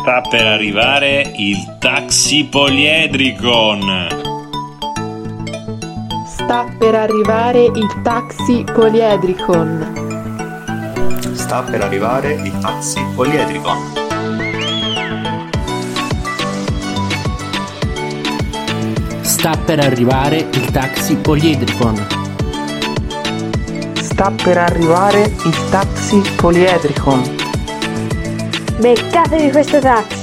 Sta per arrivare il taxi poliedricon. Sta per arrivare il taxi poliedricon. Sta per arrivare il taxi poliedricon. Sta per arrivare il taxi poliedricon. Sta per arrivare il taxi poliedricon. Beccatevi questo taxi!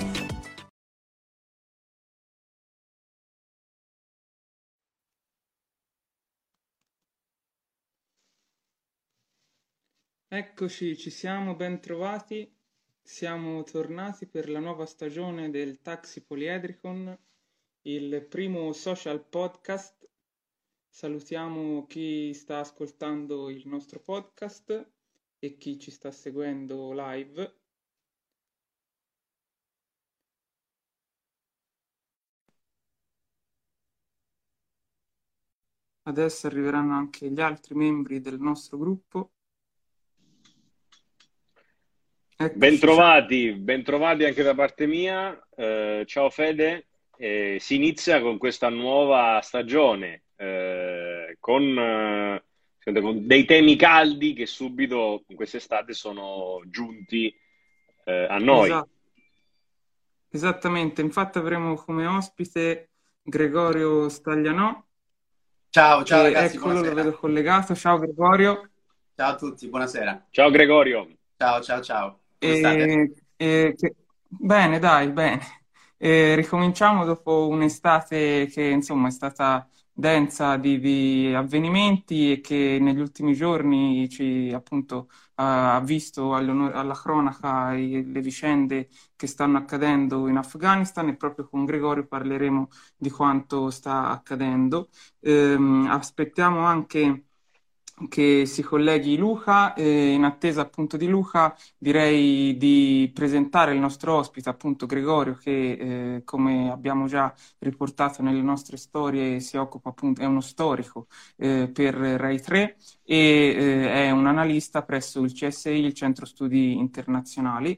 Eccoci, ci siamo, ben trovati. Siamo tornati per la nuova stagione del Taxi Poliedricon, il primo social podcast. Salutiamo chi sta ascoltando il nostro podcast e chi ci sta seguendo live. Adesso arriveranno anche gli altri membri del nostro gruppo. Bentrovati anche da parte mia. Ciao Fede. Si inizia con questa nuova stagione con dei temi caldi che subito in quest'estate sono giunti a noi. Esatto. Esattamente, infatti avremo come ospite Gregorio Staglianò. Ciao ragazzi, eccolo, buonasera. Lo vedo collegato. Ciao Gregorio. Ciao a tutti, buonasera. Ciao Gregorio. Ciao. Come state? Bene, dai, bene. Ricominciamo dopo un'estate che insomma è stata densa di avvenimenti e che negli ultimi giorni ci appunto ha visto alla cronaca le vicende che stanno accadendo in Afghanistan, e proprio con Gregorio parleremo di quanto sta accadendo. Aspettiamo anche che si colleghi Luca, e in attesa appunto di Luca direi di presentare il nostro ospite, appunto Gregorio, che come abbiamo già riportato nelle nostre storie si occupa appunto, è uno storico per Rai 3 e è un analista presso il CSI, il Centro Studi Internazionali,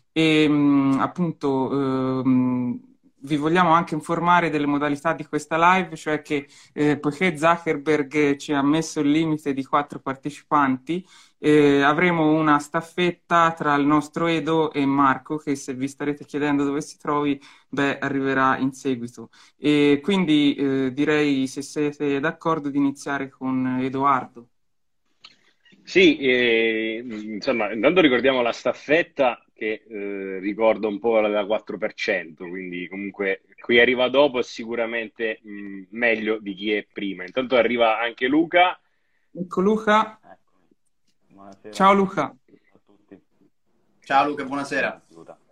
e appunto vi vogliamo anche informare delle modalità di questa live, cioè che poiché Zuckerberg ci ha messo il limite di 4 partecipanti, avremo una staffetta tra il nostro Edo e Marco, che se vi starete chiedendo dove si trovi, arriverà in seguito. E quindi direi, se siete d'accordo, di iniziare con Edoardo. Sì, insomma, intanto ricordiamo la staffetta che ricorda un po' la da 4%, quindi comunque chi arriva dopo è sicuramente meglio di chi è prima. Intanto arriva anche Luca. Ecco Luca. Buonasera. Ciao Luca. A tutti. Ciao Luca, buonasera.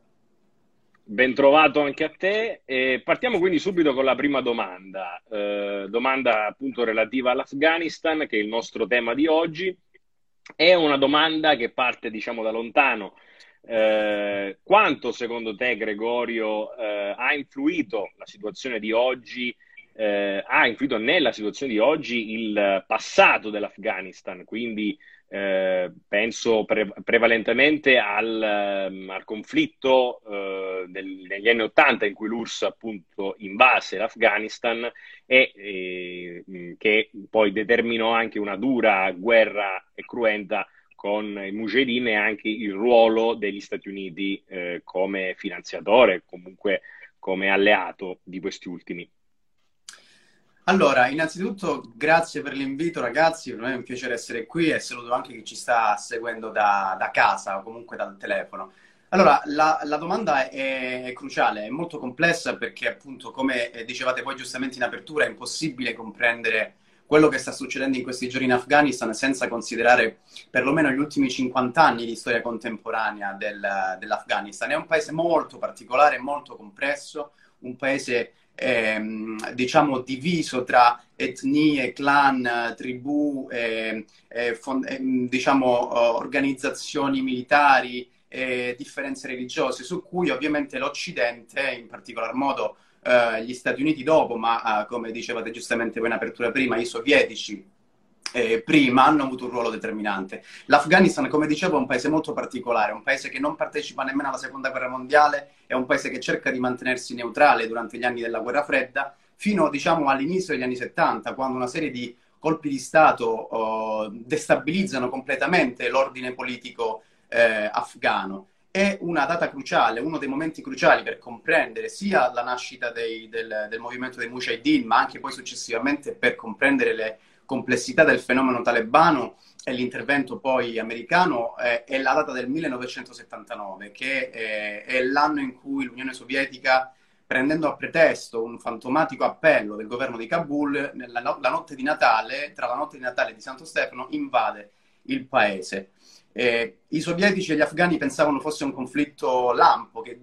Ben trovato anche a te. Partiamo quindi subito con la prima domanda, domanda appunto relativa all'Afghanistan, che è il nostro tema di oggi. È una domanda che parte, diciamo, da lontano. Quanto secondo te, Gregorio, ha influito la situazione di oggi, ha influito nella situazione di oggi il passato dell'Afghanistan? Quindi penso prevalentemente al conflitto negli anni '80 in cui l'URSS appunto invase l'Afghanistan e che poi determinò anche una dura guerra e cruenta con i Mujahideen, e anche il ruolo degli Stati Uniti come finanziatore, comunque come alleato di questi ultimi. Allora, innanzitutto grazie per l'invito ragazzi, per me è un piacere essere qui e saluto anche chi ci sta seguendo da casa o comunque dal telefono. Allora, la domanda è cruciale, è molto complessa perché appunto, come dicevate voi giustamente in apertura, è impossibile comprendere quello che sta succedendo in questi giorni in Afghanistan senza considerare perlomeno gli ultimi 50 anni di storia contemporanea dell'Afghanistan. È un paese molto particolare, molto complesso, un paese diciamo diviso tra etnie, clan, tribù, diciamo organizzazioni militari, differenze religiose, su cui ovviamente l'Occidente, in particolar modo gli Stati Uniti dopo, ma come dicevate giustamente voi in apertura prima, i sovietici prima hanno avuto un ruolo determinante. L'Afghanistan, come dicevo, è un paese molto particolare, un paese che non partecipa nemmeno alla Seconda Guerra Mondiale, è un paese che cerca di mantenersi neutrale durante gli anni della Guerra Fredda, fino, diciamo, all'inizio degli anni 70, quando una serie di colpi di Stato destabilizzano completamente l'ordine politico afghano. È una data cruciale, uno dei momenti cruciali per comprendere sia la nascita del movimento dei Mujahideen, ma anche poi successivamente per comprendere le complessità del fenomeno talebano e l'intervento poi americano, è la data del 1979, che è l'anno in cui l'Unione Sovietica, prendendo a pretesto un fantomatico appello del governo di Kabul, la notte di Natale, tra la notte di Natale e di Santo Stefano, invade il paese. I sovietici e gli afghani pensavano fosse un conflitto lampo, che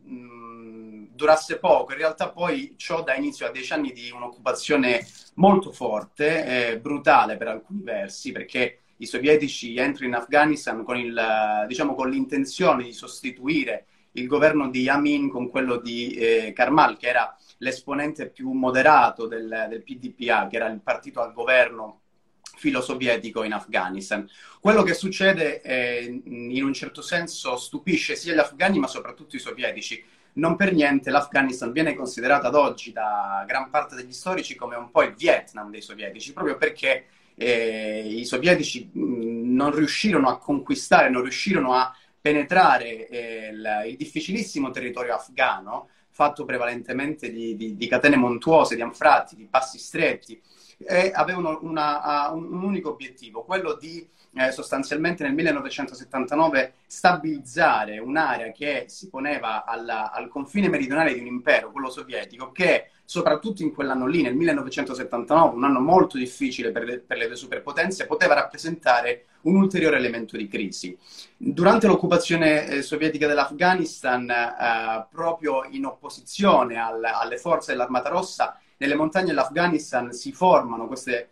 durasse poco. In realtà poi ciò dà inizio a 10 anni di un'occupazione molto forte, brutale per alcuni versi, perché i sovietici entrano in Afghanistan con con l'intenzione di sostituire il governo di Amin con quello di Karmal, che era l'esponente più moderato del PDPA, che era il partito al governo filosovietico in Afghanistan. Quello che succede in un certo senso stupisce sia gli afghani ma soprattutto i sovietici. Non per niente l'Afghanistan viene considerato ad oggi da gran parte degli storici come un po' il Vietnam dei sovietici, proprio perché i sovietici non riuscirono a conquistare, non riuscirono a penetrare il difficilissimo territorio afghano, fatto prevalentemente di catene montuose, di anfratti, di passi stretti, e avevano un unico obiettivo, quello di sostanzialmente nel 1979 stabilizzare un'area che si poneva al confine meridionale di un impero, quello sovietico, che soprattutto in quell'anno lì, nel 1979, un anno molto difficile per le due superpotenze, poteva rappresentare un ulteriore elemento di crisi. Durante l'occupazione sovietica dell'Afghanistan, proprio in opposizione alle forze dell'Armata Rossa, nelle montagne dell'Afghanistan si formano queste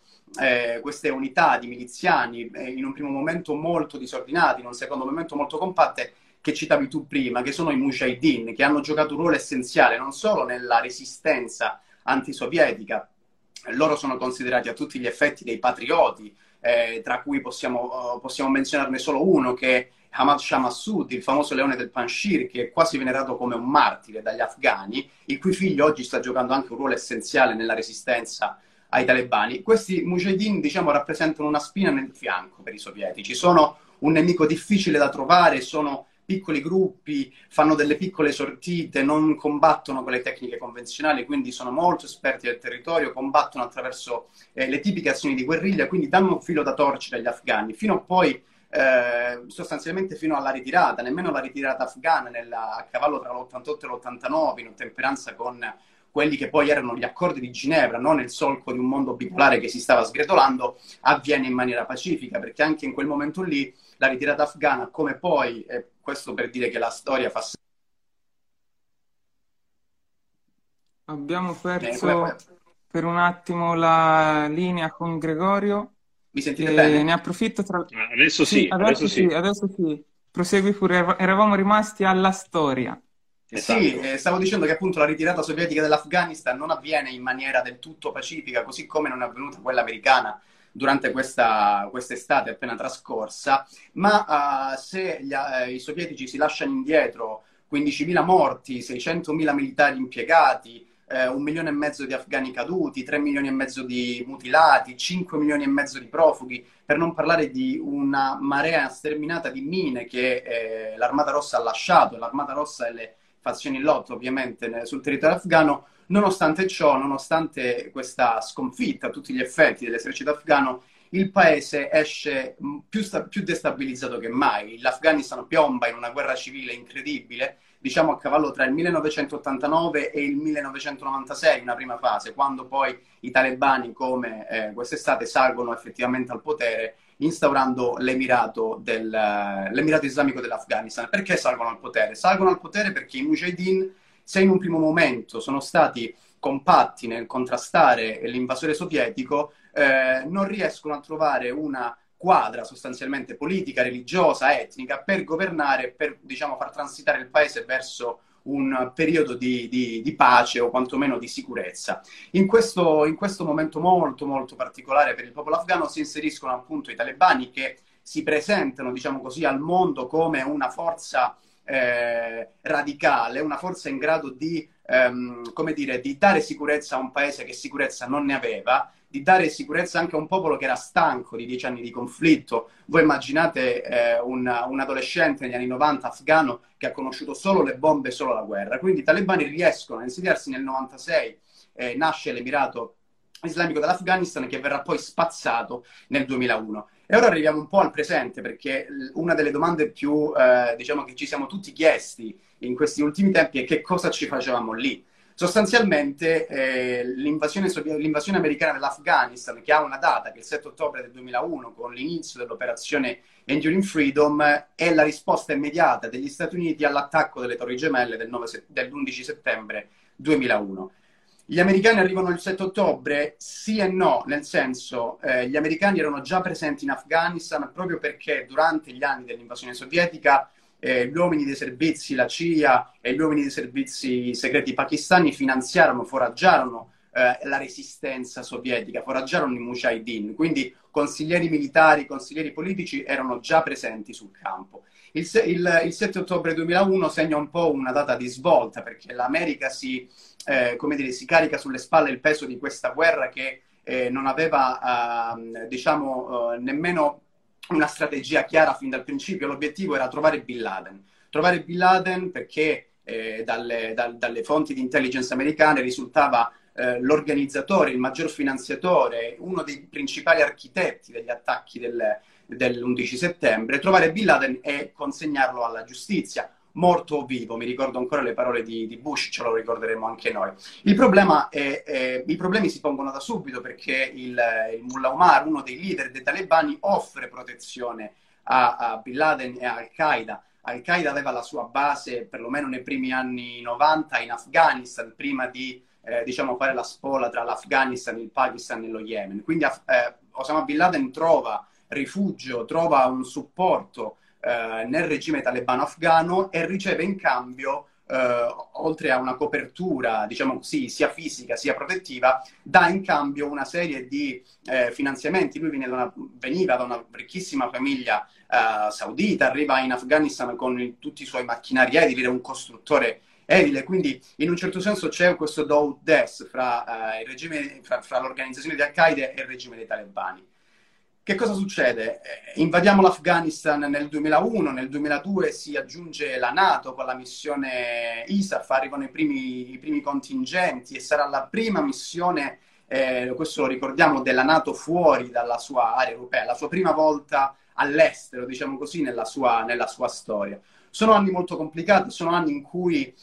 unità di miliziani, in un primo momento molto disordinati, in un secondo momento molto compatte, che citavi tu prima, che sono i Mujahideen, che hanno giocato un ruolo essenziale non solo nella resistenza antisovietica. Loro sono considerati a tutti gli effetti dei patrioti, tra cui possiamo menzionarne solo uno, che è Ahmad Shah Massoud, il famoso leone del Panjshir, che è quasi venerato come un martire dagli afghani, il cui figlio oggi sta giocando anche un ruolo essenziale nella resistenza ai talebani. Questi Mujahideen, diciamo, rappresentano una spina nel fianco per i sovietici. Sono un nemico difficile da trovare, sono piccoli gruppi, fanno delle piccole sortite, non combattono con le tecniche convenzionali, quindi sono molto esperti del territorio, combattono attraverso le tipiche azioni di guerriglia, quindi danno un filo da torcere agli afghani, fino a poi sostanzialmente fino alla ritirata. Nemmeno la ritirata afghana a cavallo tra l'88 e l'89, in ottemperanza con quelli che poi erano gli accordi di Ginevra, non nel solco di un mondo bipolare che si stava sgretolando, avviene in maniera pacifica, perché anche in quel momento lì la ritirata afghana, come poi, questo per dire che la storia fa... Abbiamo perso per un attimo la linea con Gregorio. Mi sentite bene? Ne approfitto tra... Adesso sì, adesso sì. Adesso sì. Prosegui pure, eravamo rimasti alla storia. Esatto. Sì, stavo dicendo che appunto la ritirata sovietica dell'Afghanistan non avviene in maniera del tutto pacifica, così come non è avvenuta quella americana durante quest'estate appena trascorsa, ma se i sovietici si lasciano indietro 15.000 morti, 600.000 militari impiegati, 1,5 milioni di afghani caduti, 3 milioni e mezzo di mutilati, 5 milioni e mezzo di profughi, per non parlare di una marea sterminata di mine che l'Armata Rossa ha lasciato, l'Armata Rossa e le fazioni in lotta ovviamente sul territorio afghano. Nonostante ciò, nonostante questa sconfitta a tutti gli effetti dell'esercito afghano, il paese esce più destabilizzato che mai. L'Afghanistan piomba in una guerra civile incredibile, diciamo a cavallo tra il 1989 e il 1996, una prima fase, quando poi i talebani, come quest'estate, salgono effettivamente al potere, instaurando l'Emirato Islamico dell'Afghanistan. Perché salgono al potere? Salgono al potere perché i Mujahideen, se in un primo momento sono stati compatti nel contrastare l'invasore sovietico, non riescono a trovare una quadra sostanzialmente politica, religiosa, etnica per governare, per, diciamo, far transitare il paese verso un periodo di pace o quantomeno di sicurezza. In questo momento molto molto particolare per il popolo afghano si inseriscono appunto i talebani, che si presentano, diciamo così, al mondo come una forza radicale, una forza in grado di, come dire, di dare sicurezza a un paese che sicurezza non ne aveva, di dare sicurezza anche a un popolo che era stanco di 10 anni di conflitto. Voi immaginate un adolescente negli anni 90 afghano che ha conosciuto solo le bombe e solo la guerra. Quindi i talebani riescono a insediarsi nel 96, nasce l'Emirato Islamico dell'Afghanistan, che verrà poi spazzato nel 2001. E ora arriviamo un po' al presente, perché una delle domande più, diciamo, che ci siamo tutti chiesti in questi ultimi tempi è che cosa ci facevamo lì. Sostanzialmente l'invasione americana dell'Afghanistan, che ha una data, che è il 7 ottobre del 2001, con l'inizio dell'operazione Enduring Freedom, è la risposta immediata degli Stati Uniti all'attacco delle Torri Gemelle dell'11 settembre 2001. Gli americani arrivano il 7 ottobre? Sì e no, nel senso, gli americani erano già presenti in Afghanistan proprio perché durante gli anni dell'invasione sovietica gli uomini dei servizi, la CIA e gli uomini dei servizi segreti pakistani finanziarono, foraggiarono la resistenza sovietica, foraggiarono i Mujahideen, quindi consiglieri militari, consiglieri politici erano già presenti sul campo. Il 7 ottobre 2001 segna un po' una data di svolta, perché l'America come dire, si carica sulle spalle il peso di questa guerra che non aveva, diciamo, nemmeno una strategia chiara fin dal principio. L'obiettivo era trovare Bin Laden. Trovare Bin Laden perché dalle fonti di intelligence americane risultava l'organizzatore, il maggior finanziatore, uno dei principali architetti degli attacchi dell'11 settembre, trovare Bin Laden e consegnarlo alla giustizia, morto o vivo. Mi ricordo ancora le parole di Bush, ce lo ricorderemo anche noi. I problemi si pongono da subito, perché il Mullah Omar, uno dei leader dei talebani, offre protezione a Bin Laden e a Al-Qaeda. Al-Qaeda aveva la sua base, perlomeno nei primi anni 90, in Afghanistan, prima di diciamo, fare la spola tra l'Afghanistan, il Pakistan e lo Yemen. Quindi Osama Bin Laden trova rifugio, trova un supporto nel regime talebano afghano e riceve in cambio, oltre a una copertura, diciamo così, sia fisica sia protettiva, dà in cambio una serie di finanziamenti. Lui veniva da una ricchissima famiglia saudita, arriva in Afghanistan con tutti i suoi macchinari edili, era un costruttore edile, quindi in un certo senso c'è questo do ut des fra l'organizzazione di Al-Qaeda e il regime dei talebani. Che cosa succede? Invadiamo l'Afghanistan nel 2001, nel 2002 si aggiunge la NATO con la missione ISAF, arrivano i primi contingenti e sarà la prima missione, questo lo ricordiamo, della NATO fuori dalla sua area europea, la sua prima volta all'estero, diciamo così, nella sua storia. Sono anni molto complicati, sono anni in cui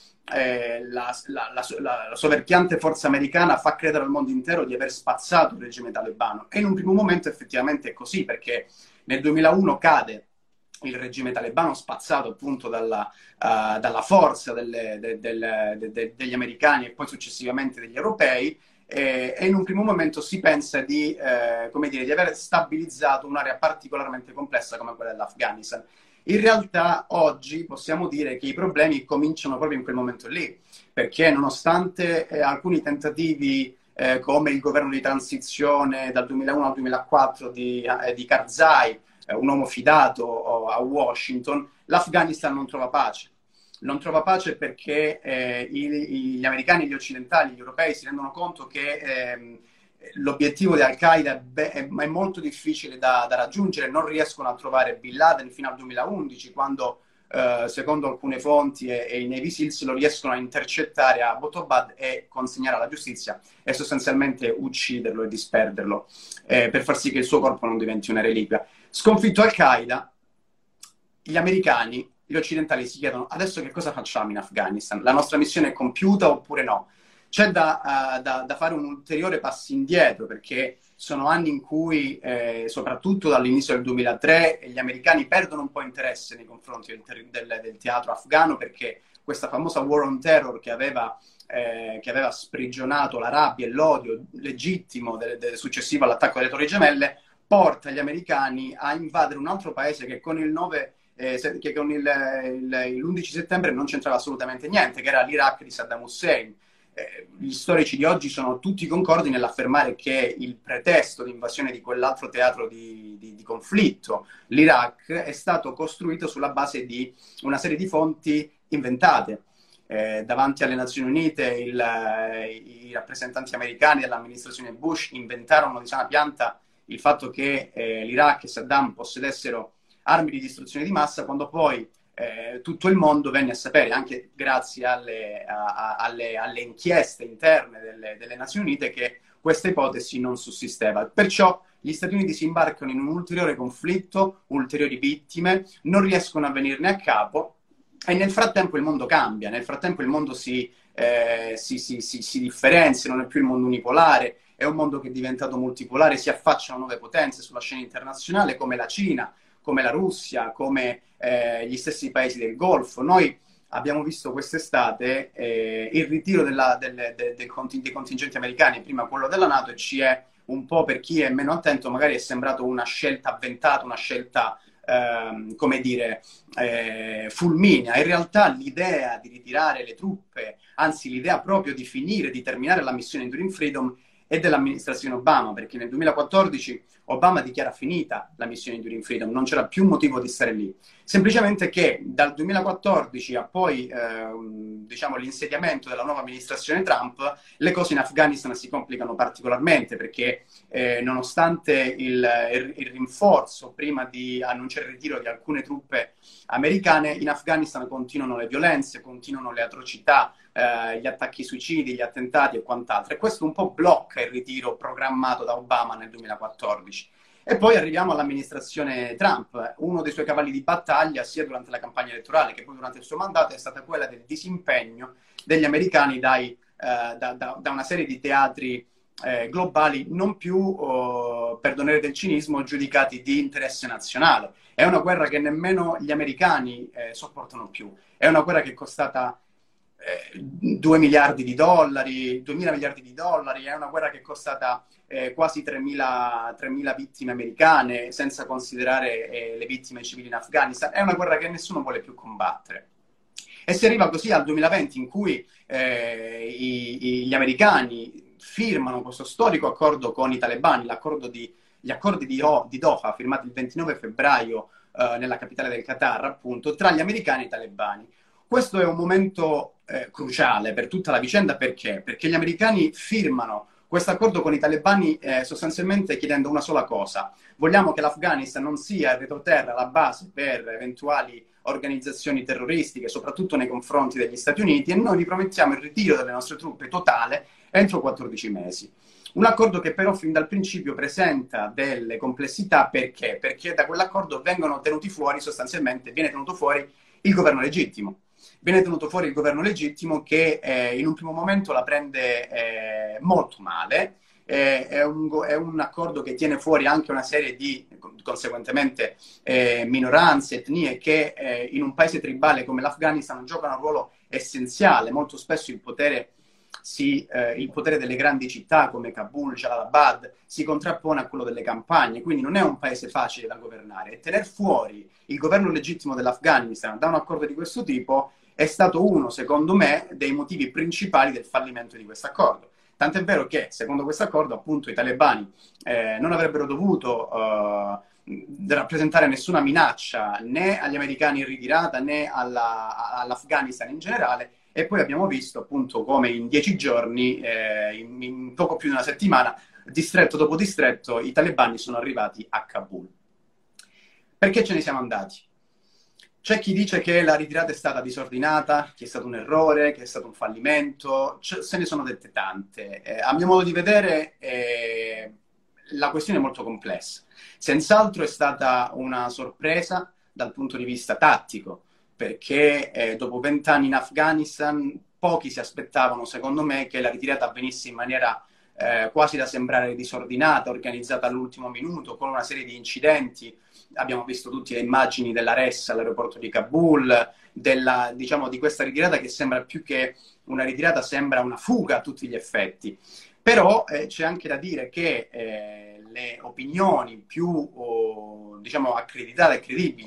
la soverchiante forza americana fa credere al mondo intero di aver spazzato il regime talebano, e in un primo momento effettivamente è così, perché nel 2001 cade il regime talebano, spazzato appunto dalla forza degli americani e poi successivamente degli europei, e in un primo momento si pensa come dire, di aver stabilizzato un'area particolarmente complessa come quella dell'Afghanistan. In realtà oggi possiamo dire che i problemi cominciano proprio in quel momento lì, perché nonostante alcuni tentativi come il governo di transizione dal 2001 al 2004 di Karzai, un uomo fidato a Washington, l'Afghanistan non trova pace. Non trova pace perché gli americani, gli occidentali, gli europei si rendono conto che l'obiettivo di Al-Qaeda è molto difficile da raggiungere. Non riescono a trovare Bin Laden fino al 2011, quando secondo alcune fonti e i Navy Seals lo riescono a intercettare a Abbottabad e consegnare alla giustizia e sostanzialmente ucciderlo e disperderlo, per far sì che il suo corpo non diventi una reliquia. Sconfitto Al-Qaeda, gli americani, gli occidentali si chiedono: adesso che cosa facciamo in Afghanistan? La nostra missione è compiuta oppure no? C'è da fare un ulteriore passo indietro, perché sono anni in cui, soprattutto dall'inizio del 2003, gli americani perdono un po' interesse nei confronti del teatro afghano, perché questa famosa War on Terror che aveva sprigionato la rabbia e l'odio legittimo successivo all'attacco delle Torri Gemelle porta gli americani a invadere un altro paese che con il nome che con l'11 settembre non c'entrava assolutamente niente, che era l'Iraq di Saddam Hussein. Gli storici di oggi sono tutti concordi nell'affermare che il pretesto di invasione di quell'altro teatro di conflitto, l'Iraq, è stato costruito sulla base di una serie di fonti inventate. Davanti alle Nazioni Unite i rappresentanti americani dell'amministrazione Bush inventarono di sana pianta il fatto che l'Iraq e Saddam possedessero armi di distruzione di massa, quando poi tutto il mondo venne a sapere, anche grazie alle inchieste interne delle Nazioni Unite, che questa ipotesi non sussisteva. Perciò gli Stati Uniti si imbarcano in un ulteriore conflitto, ulteriori vittime, non riescono a venirne a capo, e nel frattempo il mondo cambia, nel frattempo il mondo si differenzia, non è più il mondo unipolare, è un mondo che è diventato multipolare, si affacciano nuove potenze sulla scena internazionale come la Cina, come la Russia, come gli stessi paesi del Golfo. Noi abbiamo visto quest'estate il ritiro dei contingenti americani, prima quello della NATO, e ci è un po', per chi è meno attento, magari è sembrato una scelta avventata, una scelta come dire, fulminea. In realtà l'idea di ritirare le truppe, anzi l'idea proprio di finire, di terminare la missione Enduring Freedom, è dell'amministrazione Obama, perché nel 2014 Obama dichiara finita la missione Enduring Freedom, non c'era più motivo di stare lì. Semplicemente che dal 2014 a poi diciamo l'insediamento della nuova amministrazione Trump, le cose in Afghanistan si complicano particolarmente, perché nonostante il rinforzo prima di annunciare il ritiro di alcune truppe americane, in Afghanistan continuano le violenze, continuano le atrocità, gli attacchi suicidi, gli attentati e quant'altro, e questo un po' blocca il ritiro programmato da Obama nel 2014. E poi arriviamo all'amministrazione Trump. Uno dei suoi cavalli di battaglia, sia durante la campagna elettorale che poi durante il suo mandato, è stata quella del disimpegno degli americani da una serie di teatri globali non più, perdonare del cinismo, giudicati di interesse nazionale. È una guerra che nemmeno gli americani sopportano più. È una guerra che è costata 2 miliardi di dollari, 2.000 miliardi di dollari, è una guerra che è costata quasi 3.000 vittime americane, senza considerare le vittime civili in Afghanistan. È una guerra che nessuno vuole più combattere. E si arriva così al 2020, in cui gli americani firmano questo storico accordo con i talebani, gli accordi di Doha, firmati il 29 febbraio nella capitale del Qatar, appunto, tra gli americani e i talebani. Questo è un momento cruciale per tutta la vicenda. Perché? Perché gli americani firmano questo accordo con i talebani sostanzialmente chiedendo una sola cosa: vogliamo che l'Afghanistan non sia il retroterra, la base per eventuali organizzazioni terroristiche, soprattutto nei confronti degli Stati Uniti, e noi vi promettiamo il ritiro delle nostre truppe totale entro 14 mesi. Un accordo che però fin dal principio presenta delle complessità. Perché? Perché da quell'accordo viene tenuto fuori il governo legittimo. Viene tenuto fuori il governo legittimo, che in un primo momento la prende molto male. È un accordo che tiene fuori anche una serie di, conseguentemente, minoranze, etnie, che in un paese tribale come l'Afghanistan giocano un ruolo essenziale. Molto spesso il potere delle grandi città come Kabul, Jalalabad, si contrappone a quello delle campagne, quindi non è un paese facile da governare. E tener fuori il governo legittimo dell'Afghanistan da un accordo di questo tipo è stato uno, secondo me, dei motivi principali del fallimento di questo accordo. Tant'è vero che, secondo questo accordo, appunto, i talebani non avrebbero dovuto rappresentare nessuna minaccia né agli americani in ritirata né all'Afghanistan in generale. E poi abbiamo visto, appunto, come in 10 giorni, in poco più di una settimana, distretto dopo distretto, i talebani sono arrivati a Kabul. Perché ce ne siamo andati? C'è chi dice che la ritirata è stata disordinata, che è stato un errore, che è stato un fallimento. Se ne sono dette tante. A mio modo di vedere, la questione è molto complessa. Senz'altro è stata una sorpresa dal punto di vista tattico, perché dopo 20 anni in Afghanistan pochi si aspettavano, secondo me, che la ritirata avvenisse in maniera quasi da sembrare disordinata, organizzata all'ultimo minuto, con una serie di incidenti. Abbiamo visto tutte le immagini della ressa all'aeroporto di Kabul, di questa ritirata che sembra più che una ritirata, sembra una fuga a tutti gli effetti. Però c'è anche da dire che le opinioni più accreditate e credibili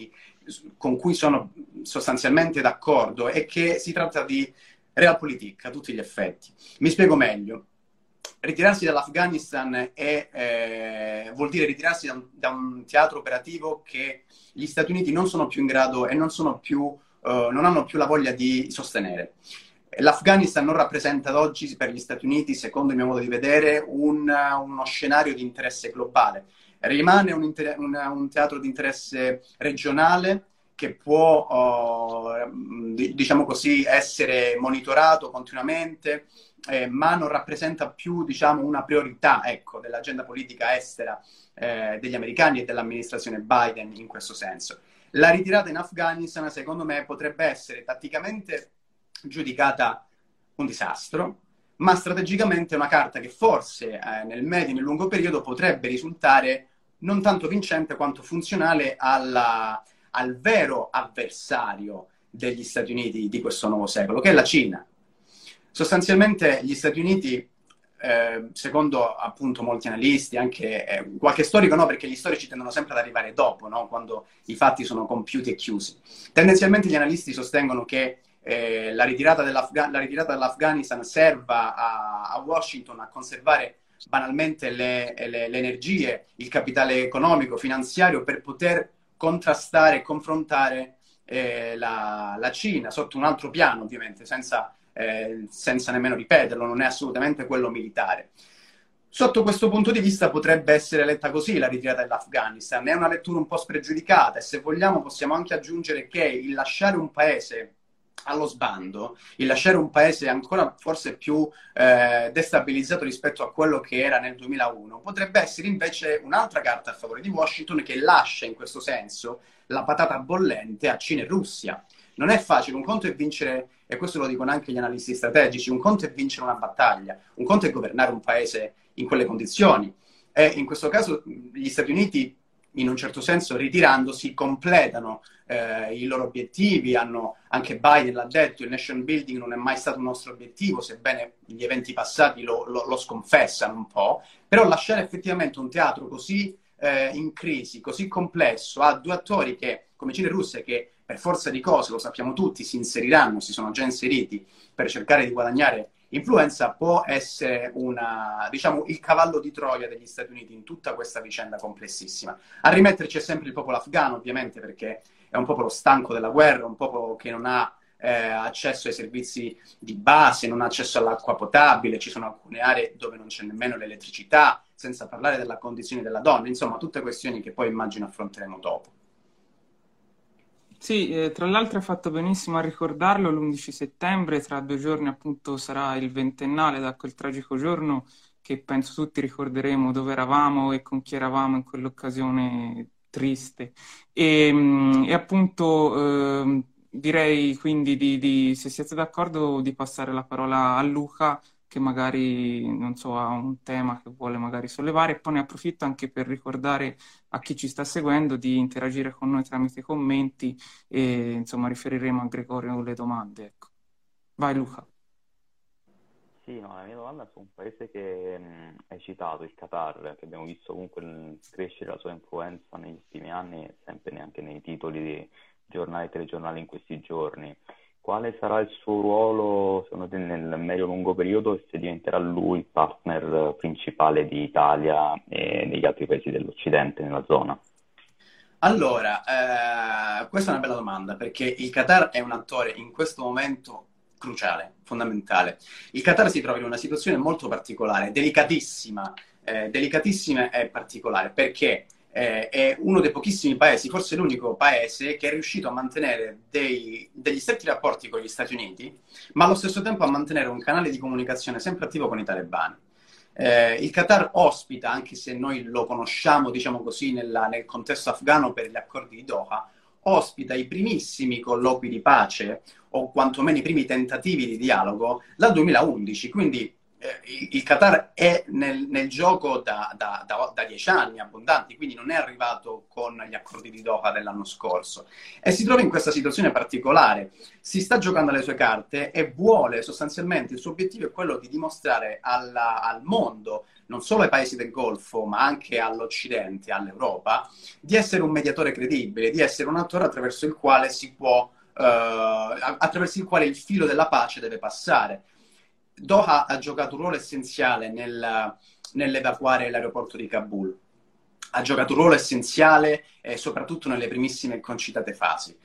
con cui sono sostanzialmente d'accordo è che si tratta di realpolitik a tutti gli effetti. Mi spiego meglio. Ritirarsi dall'Afghanistan vuol dire ritirarsi da un teatro operativo che gli Stati Uniti non sono più in grado e non hanno più la voglia di sostenere. L'Afghanistan non rappresenta ad oggi per gli Stati Uniti, secondo il mio modo di vedere, uno scenario di interesse globale. Rimane un teatro di interesse regionale che può, diciamo così, essere monitorato continuamente, ma non rappresenta più, diciamo, una priorità, ecco, dell'agenda politica estera degli americani e dell'amministrazione Biden in questo senso. La ritirata in Afghanistan, secondo me, potrebbe essere tatticamente giudicata un disastro, ma strategicamente una carta che forse nel medio e nel lungo periodo potrebbe risultare non tanto vincente quanto funzionale al vero avversario degli Stati Uniti di questo nuovo secolo, che è la Cina. Sostanzialmente gli Stati Uniti, secondo appunto molti analisti, anche qualche storico no, perché gli storici tendono sempre ad arrivare dopo, no? Quando i fatti sono compiuti e chiusi. Tendenzialmente gli analisti sostengono che la ritirata dall'Afghanistan serva a Washington a conservare banalmente le energie, il capitale economico, finanziario per poter contrastare e confrontare la Cina sotto un altro piano, ovviamente, senza nemmeno ripeterlo, non è assolutamente quello militare. Sotto questo punto di vista potrebbe essere letta così la ritirata dell'Afghanistan. È una lettura un po' spregiudicata e se vogliamo possiamo anche aggiungere che il lasciare un paese allo sbando, il lasciare un paese ancora forse più destabilizzato rispetto a quello che era nel 2001, potrebbe essere invece un'altra carta a favore di Washington che lascia in questo senso la patata bollente a Cina e Russia. Non è facile, un conto è vincere, e questo lo dicono anche gli analisti strategici, un conto è vincere una battaglia, un conto è governare un paese in quelle condizioni. E in questo caso gli Stati Uniti, in un certo senso, ritirandosi, completano i loro obiettivi. Anche Biden l'ha detto, il nation building non è mai stato un nostro obiettivo, sebbene gli eventi passati lo sconfessano un po', però lasciare effettivamente un teatro così in crisi, così complesso, a due attori che, come Cina e Russia, che per forza di cose, lo sappiamo tutti, si si sono già inseriti per cercare di guadagnare influenza, può essere diciamo, il cavallo di Troia degli Stati Uniti in tutta questa vicenda complessissima. A rimetterci è sempre il popolo afghano, ovviamente, perché è un popolo stanco della guerra, un popolo che non ha accesso ai servizi di base, non ha accesso all'acqua potabile, ci sono alcune aree dove non c'è nemmeno l'elettricità, senza parlare della condizione della donna, insomma, tutte questioni che poi immagino affronteremo dopo. Sì, tra l'altro hai fatto benissimo a ricordarlo, l'11 settembre, tra 2 giorni appunto sarà il ventennale da quel tragico giorno che penso tutti ricorderemo dove eravamo e con chi eravamo in quell'occasione triste. E appunto direi quindi, se siete d'accordo, di passare la parola a Luca, che magari, non so, ha un tema che vuole magari sollevare, e poi ne approfitto anche per ricordare a chi ci sta seguendo di interagire con noi tramite commenti e insomma riferiremo a Gregorio le domande. Ecco. Vai Luca. Sì, no, la mia domanda è su un paese che hai citato, il Qatar, che abbiamo visto comunque crescere la sua influenza negli ultimi anni, sempre neanche nei titoli di giornali e telegiornali in questi giorni. Quale sarà il suo ruolo, secondo te, nel medio-lungo periodo e se diventerà lui il partner principale di Italia e degli altri paesi dell'Occidente nella zona? Allora, questa è una bella domanda, perché il Qatar è un attore in questo momento cruciale, fondamentale. Il Qatar si trova in una situazione molto particolare, delicatissima e particolare, perché è uno dei pochissimi paesi, forse l'unico paese, che è riuscito a mantenere degli stretti rapporti con gli Stati Uniti, ma allo stesso tempo a mantenere un canale di comunicazione sempre attivo con i talebani. Il Qatar ospita, anche se noi lo conosciamo, diciamo così, nel contesto afghano per gli accordi di Doha, ospita i primissimi colloqui di pace, o quantomeno i primi tentativi di dialogo, dal 2011, quindi il Qatar è nel gioco da 10 anni abbondanti, quindi non è arrivato con gli accordi di Doha dell'anno scorso e si trova in questa situazione particolare. Si sta giocando le sue carte e vuole sostanzialmente, il suo obiettivo è quello di dimostrare al mondo, non solo ai paesi del Golfo, ma anche all'Occidente, all'Europa, di essere un mediatore credibile, di essere un attore attraverso il quale attraverso il quale il filo della pace deve passare. Doha ha giocato un ruolo essenziale nell'evacuare l'aeroporto di Kabul. Ha giocato un ruolo essenziale soprattutto nelle primissime e concitate fasi.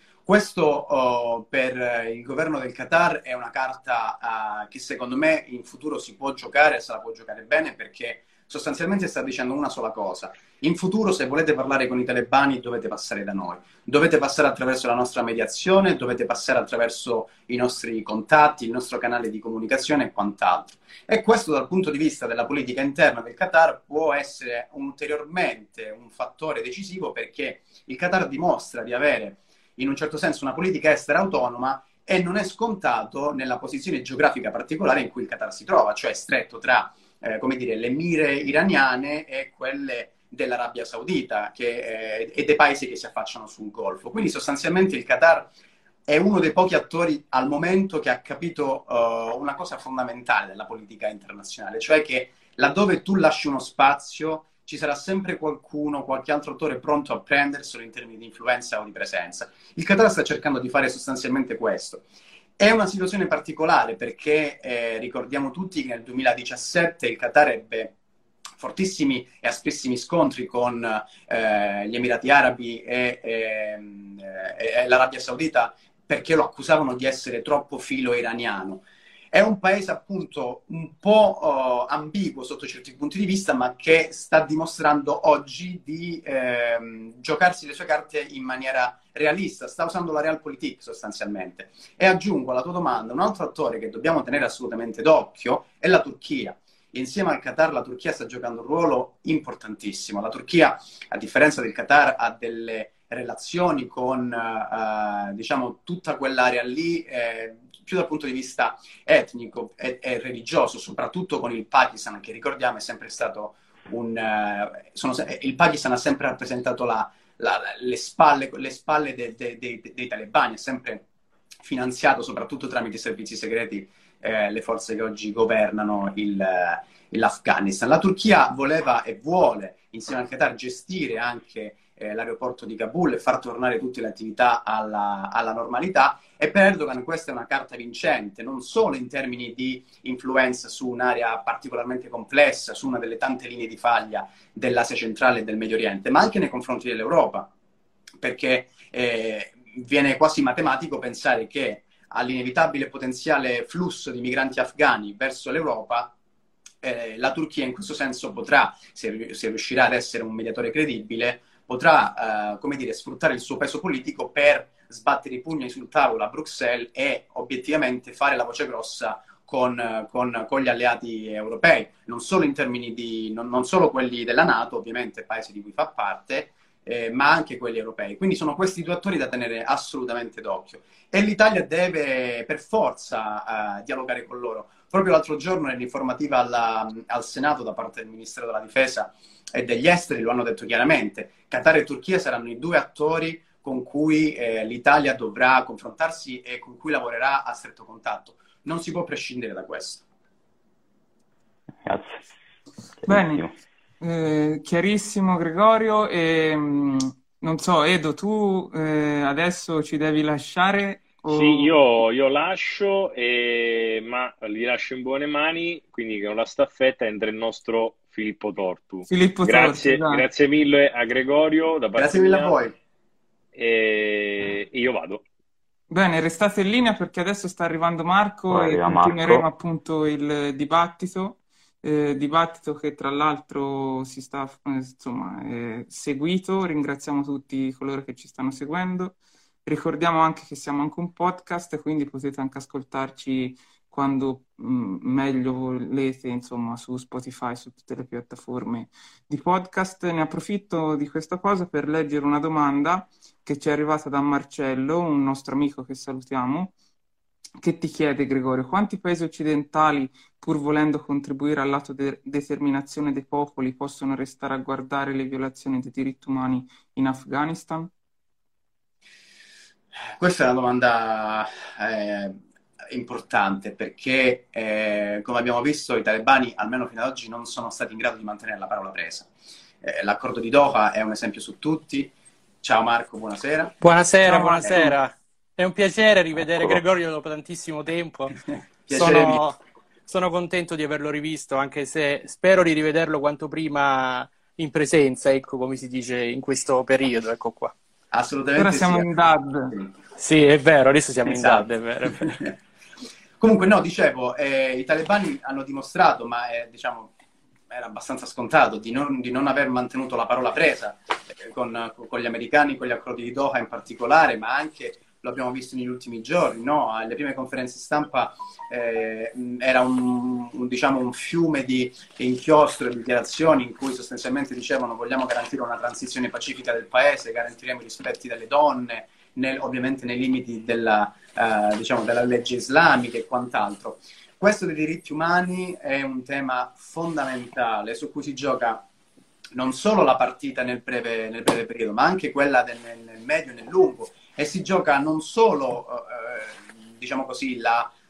Questo per il governo del Qatar è una carta che secondo me in futuro si può giocare e se la può giocare bene, perché sostanzialmente sta dicendo una sola cosa. In futuro, se volete parlare con i talebani, dovete passare da noi. Dovete passare attraverso la nostra mediazione, dovete passare attraverso i nostri contatti, il nostro canale di comunicazione e quant'altro. E questo dal punto di vista della politica interna del Qatar può essere ulteriormente un fattore decisivo, perché il Qatar dimostra di avere in un certo senso una politica estera autonoma e non è scontato nella posizione geografica particolare in cui il Qatar si trova, cioè stretto tra come dire, le mire iraniane e quelle dell'Arabia Saudita e dei paesi che si affacciano sul Golfo. Quindi sostanzialmente il Qatar è uno dei pochi attori al momento che ha capito una cosa fondamentale della politica internazionale, cioè che laddove tu lasci uno spazio ci sarà sempre qualcuno, qualche altro attore pronto a prenderselo in termini di influenza o di presenza. Il Qatar sta cercando di fare sostanzialmente questo. È una situazione particolare perché ricordiamo tutti che nel 2017 il Qatar ebbe fortissimi e asprissimi scontri con gli Emirati Arabi e l'Arabia Saudita, perché lo accusavano di essere troppo filo iraniano. È un paese appunto un po' ambiguo sotto certi punti di vista, ma che sta dimostrando oggi di giocarsi le sue carte in maniera realista, sta usando la realpolitik sostanzialmente. E aggiungo alla tua domanda, un altro attore che dobbiamo tenere assolutamente d'occhio è la Turchia. Insieme al Qatar la Turchia sta giocando un ruolo importantissimo. La Turchia, a differenza del Qatar, ha delle relazioni con diciamo tutta quell'area lì, più dal punto di vista etnico e religioso, per con il Pakistan, che ricordiamo è sempre stato il Pakistan ha sempre rappresentato le spalle dei talebani, ha sempre finanziato, soprattutto tramite i servizi segreti, le forze che oggi governano l'Afghanistan. La Turchia voleva e vuole, insieme al Qatar, gestire anche l'aeroporto di Kabul e far tornare tutte le attività alla normalità, e per Erdogan questa è una carta vincente, non solo in termini di influenza su un'area particolarmente complessa, su una delle tante linee di faglia dell'Asia centrale e del Medio Oriente, ma anche nei confronti dell'Europa, perché viene quasi matematico pensare che all'inevitabile potenziale flusso di migranti afghani verso l'Europa, la Turchia in questo senso potrà, se riuscirà ad essere un mediatore credibile, potrà come dire, sfruttare il suo peso politico per sbattere i pugni sul tavolo a Bruxelles e obiettivamente fare la voce grossa con gli alleati europei, non solo in termini di non solo quelli della NATO, ovviamente paesi di cui fa parte, ma anche quelli europei. Quindi sono questi due attori da tenere assolutamente d'occhio. E l'Italia deve per forza dialogare con loro. Proprio l'altro giorno nell'informativa al Senato da parte del Ministero della Difesa e degli Esteri lo hanno detto chiaramente. Qatar e Turchia saranno i due attori con cui l'Italia dovrà confrontarsi e con cui lavorerà a stretto contatto. Non si può prescindere da questo. Grazie. Bene, chiarissimo Gregorio. E, non so, Edo, tu adesso ci devi lasciare? Sì, io lascio, ma li lascio in buone mani, quindi con la staffetta entra il nostro Filippo Tortu. Grazie mille a Gregorio. Da parte grazie mille a voi. E io vado. Bene, restate in linea perché adesso sta arrivando Marco e continueremo appunto il dibattito che tra l'altro si sta seguito. Ringraziamo tutti coloro che ci stanno seguendo. Ricordiamo anche che siamo anche un podcast, quindi potete anche ascoltarci quando meglio volete, insomma, su Spotify, su tutte le piattaforme di podcast. Ne approfitto di questa cosa per leggere una domanda che ci è arrivata da Marcello, un nostro amico che salutiamo, che ti chiede, Gregorio, quanti paesi occidentali, pur volendo contribuire all'autodeterminazione dei popoli, possono restare a guardare le violazioni dei diritti umani in Afghanistan? Questa è una domanda importante perché, come abbiamo visto, i talebani, almeno fino ad oggi, non sono stati in grado di mantenere la parola presa. L'accordo di Doha è un esempio su tutti. Ciao Marco, buonasera. Buonasera, Ciao, buonasera. È un piacere rivedere Eccolo. Gregorio dopo tantissimo tempo. Piacere mio. Sono contento di averlo rivisto, anche se spero di rivederlo quanto prima in presenza, ecco, come si dice in questo periodo, ecco qua. Assolutamente ora siamo sì. in DAD. Sì, è vero, adesso siamo Esatto. in DAD, è vero. Comunque, no, dicevo, i talebani hanno dimostrato, ma diciamo, era abbastanza scontato, di non aver mantenuto la parola presa con gli americani, con gli accordi di Doha in particolare, ma anche, lo abbiamo visto negli ultimi giorni, no? Alle prime conferenze stampa era diciamo, un fiume di inchiostro e dichiarazioni in cui sostanzialmente dicevano vogliamo garantire una transizione pacifica del paese, garantiremo i rispetti delle donne, ovviamente nei limiti diciamo, della legge islamica e quant'altro. Questo dei diritti umani è un tema fondamentale su cui si gioca non solo la partita nel breve periodo, ma anche quella nel medio e nel lungo. E si gioca non solo, diciamo così,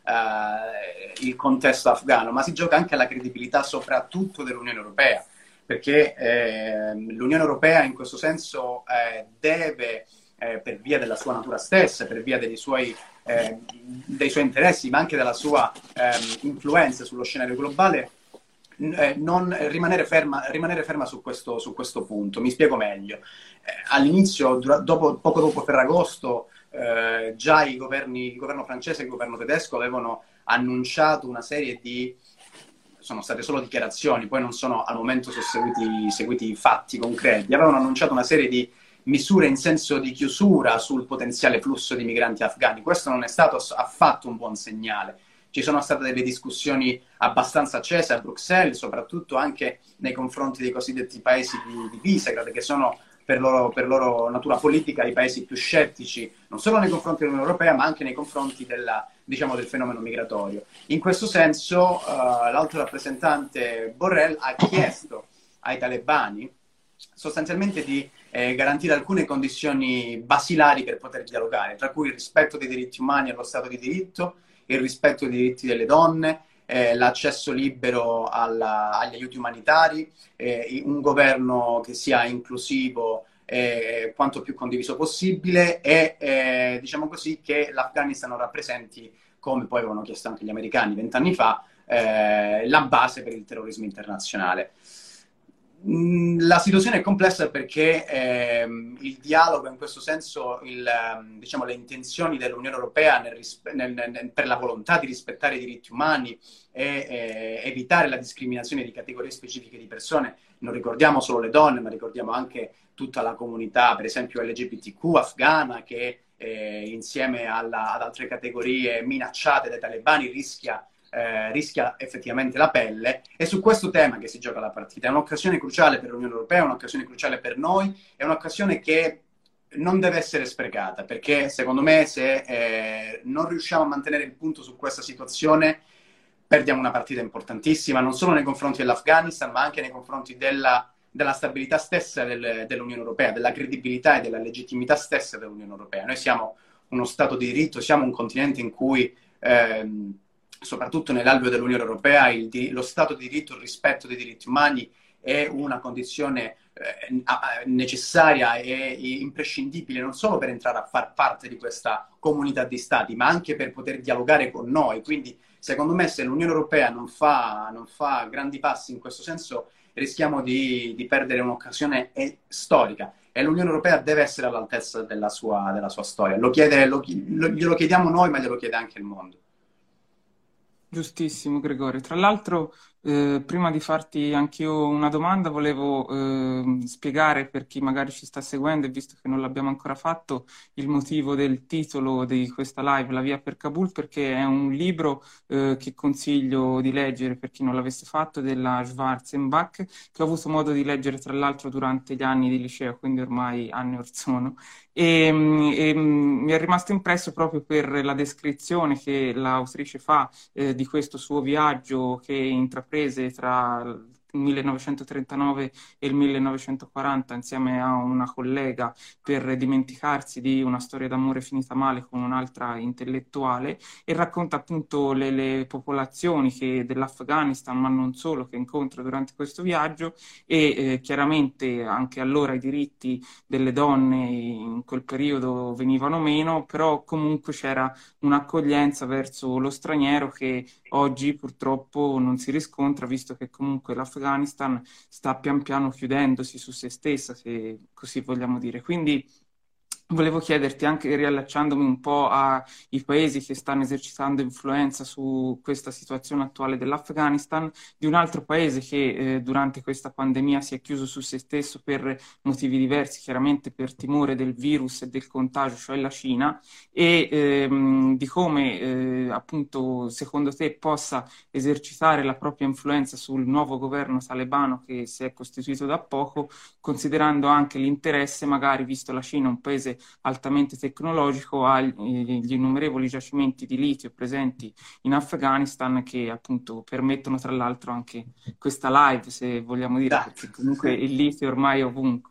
il contesto afghano, ma si gioca anche la credibilità soprattutto dell'Unione Europea, perché l'Unione Europea in questo senso deve, per via della sua natura stessa, per via dei suoi interessi, ma anche della sua influenza sullo scenario globale, non rimanere ferma su questo punto. Mi spiego meglio. All'inizio, poco dopo Ferragosto, già il governo francese e il governo tedesco avevano annunciato una serie sono state solo dichiarazioni, poi non sono al momento seguiti fatti concreti, avevano annunciato una serie di misure in senso di chiusura sul potenziale flusso di migranti afghani. Questo non è stato affatto un buon segnale. Ci sono state delle discussioni abbastanza accese a Bruxelles, soprattutto anche nei confronti dei cosiddetti paesi di Visegrad, che sono per loro natura politica i paesi più scettici, non solo nei confronti dell'Unione Europea, ma anche nei confronti diciamo, del fenomeno migratorio. In questo senso, l'alto rappresentante Borrell ha chiesto ai talebani sostanzialmente di garantire alcune condizioni basilari per poter dialogare, tra cui il rispetto dei diritti umani allo Stato di diritto, il rispetto dei diritti delle donne, l'accesso libero agli aiuti umanitari, un governo che sia inclusivo quanto più condiviso possibile e diciamo così che l'Afghanistan rappresenti, come poi avevano chiesto anche gli americani 20 anni fa, la base per il terrorismo internazionale. La situazione è complessa perché il dialogo, in questo senso, diciamo, le intenzioni dell'Unione Europea per la volontà di rispettare i diritti umani e evitare la discriminazione di categorie specifiche di persone, non ricordiamo solo le donne, ma ricordiamo anche tutta la comunità, per esempio LGBTQ afghana, che insieme ad altre categorie minacciate dai talebani rischia effettivamente la pelle. E su questo tema che si gioca la partita. È un'occasione cruciale per l'Unione Europea, è un'occasione cruciale per noi, è un'occasione che non deve essere sprecata, perché secondo me se non riusciamo a mantenere il punto su questa situazione perdiamo una partita importantissima, non solo nei confronti dell'Afghanistan, ma anche nei confronti della stabilità stessa dell'Unione Europea, della credibilità e della legittimità stessa dell'Unione Europea. Noi siamo uno Stato di diritto, siamo un continente in cui soprattutto nell'alveo dell'Unione Europea, lo Stato di diritto, il rispetto dei diritti umani è una condizione necessaria e imprescindibile non solo per entrare a far parte di questa comunità di Stati, ma anche per poter dialogare con noi. Quindi, secondo me, se l'Unione Europea non fa grandi passi in questo senso, rischiamo di perdere un'occasione storica. E l'Unione Europea deve essere all'altezza della sua storia. Glielo chiediamo noi, ma glielo chiede anche il mondo. Giustissimo, Gregorio. Tra l'altro, Prima di farti anch'io una domanda, volevo spiegare per chi magari ci sta seguendo e visto che non l'abbiamo ancora fatto, il motivo del titolo di questa live, La via per Kabul, perché è un libro che consiglio di leggere per chi non l'avesse fatto, della Schwarzenbach, che ho avuto modo di leggere tra l'altro durante gli anni di liceo, quindi ormai anni or sono. Mi è rimasto impresso proprio per la descrizione che l'autrice fa di questo suo viaggio che intraprese tra il 1939 e il 1940 insieme a una collega per dimenticarsi di una storia d'amore finita male con un'altra intellettuale e racconta appunto le popolazioni dell'Afghanistan, ma non solo, che incontra durante questo viaggio e chiaramente anche allora i diritti delle donne in quel periodo venivano meno, però comunque c'era un'accoglienza verso lo straniero che oggi purtroppo non si riscontra, visto che comunque l'Afghanistan sta pian piano chiudendosi su se stessa, se così vogliamo dire. Quindi volevo chiederti, anche riallacciandomi un po' ai paesi che stanno esercitando influenza su questa situazione attuale dell'Afghanistan, di un altro paese che durante questa pandemia si è chiuso su se stesso per motivi diversi, chiaramente per timore del virus e del contagio, cioè la Cina, e di come appunto secondo te possa esercitare la propria influenza sul nuovo governo talebano che si è costituito da poco, considerando anche l'interesse, magari visto la Cina un paese altamente tecnologico, agli innumerevoli giacimenti di litio presenti in Afghanistan che appunto permettono tra l'altro anche questa live, se vogliamo dire, perché comunque il litio ormai è ovunque.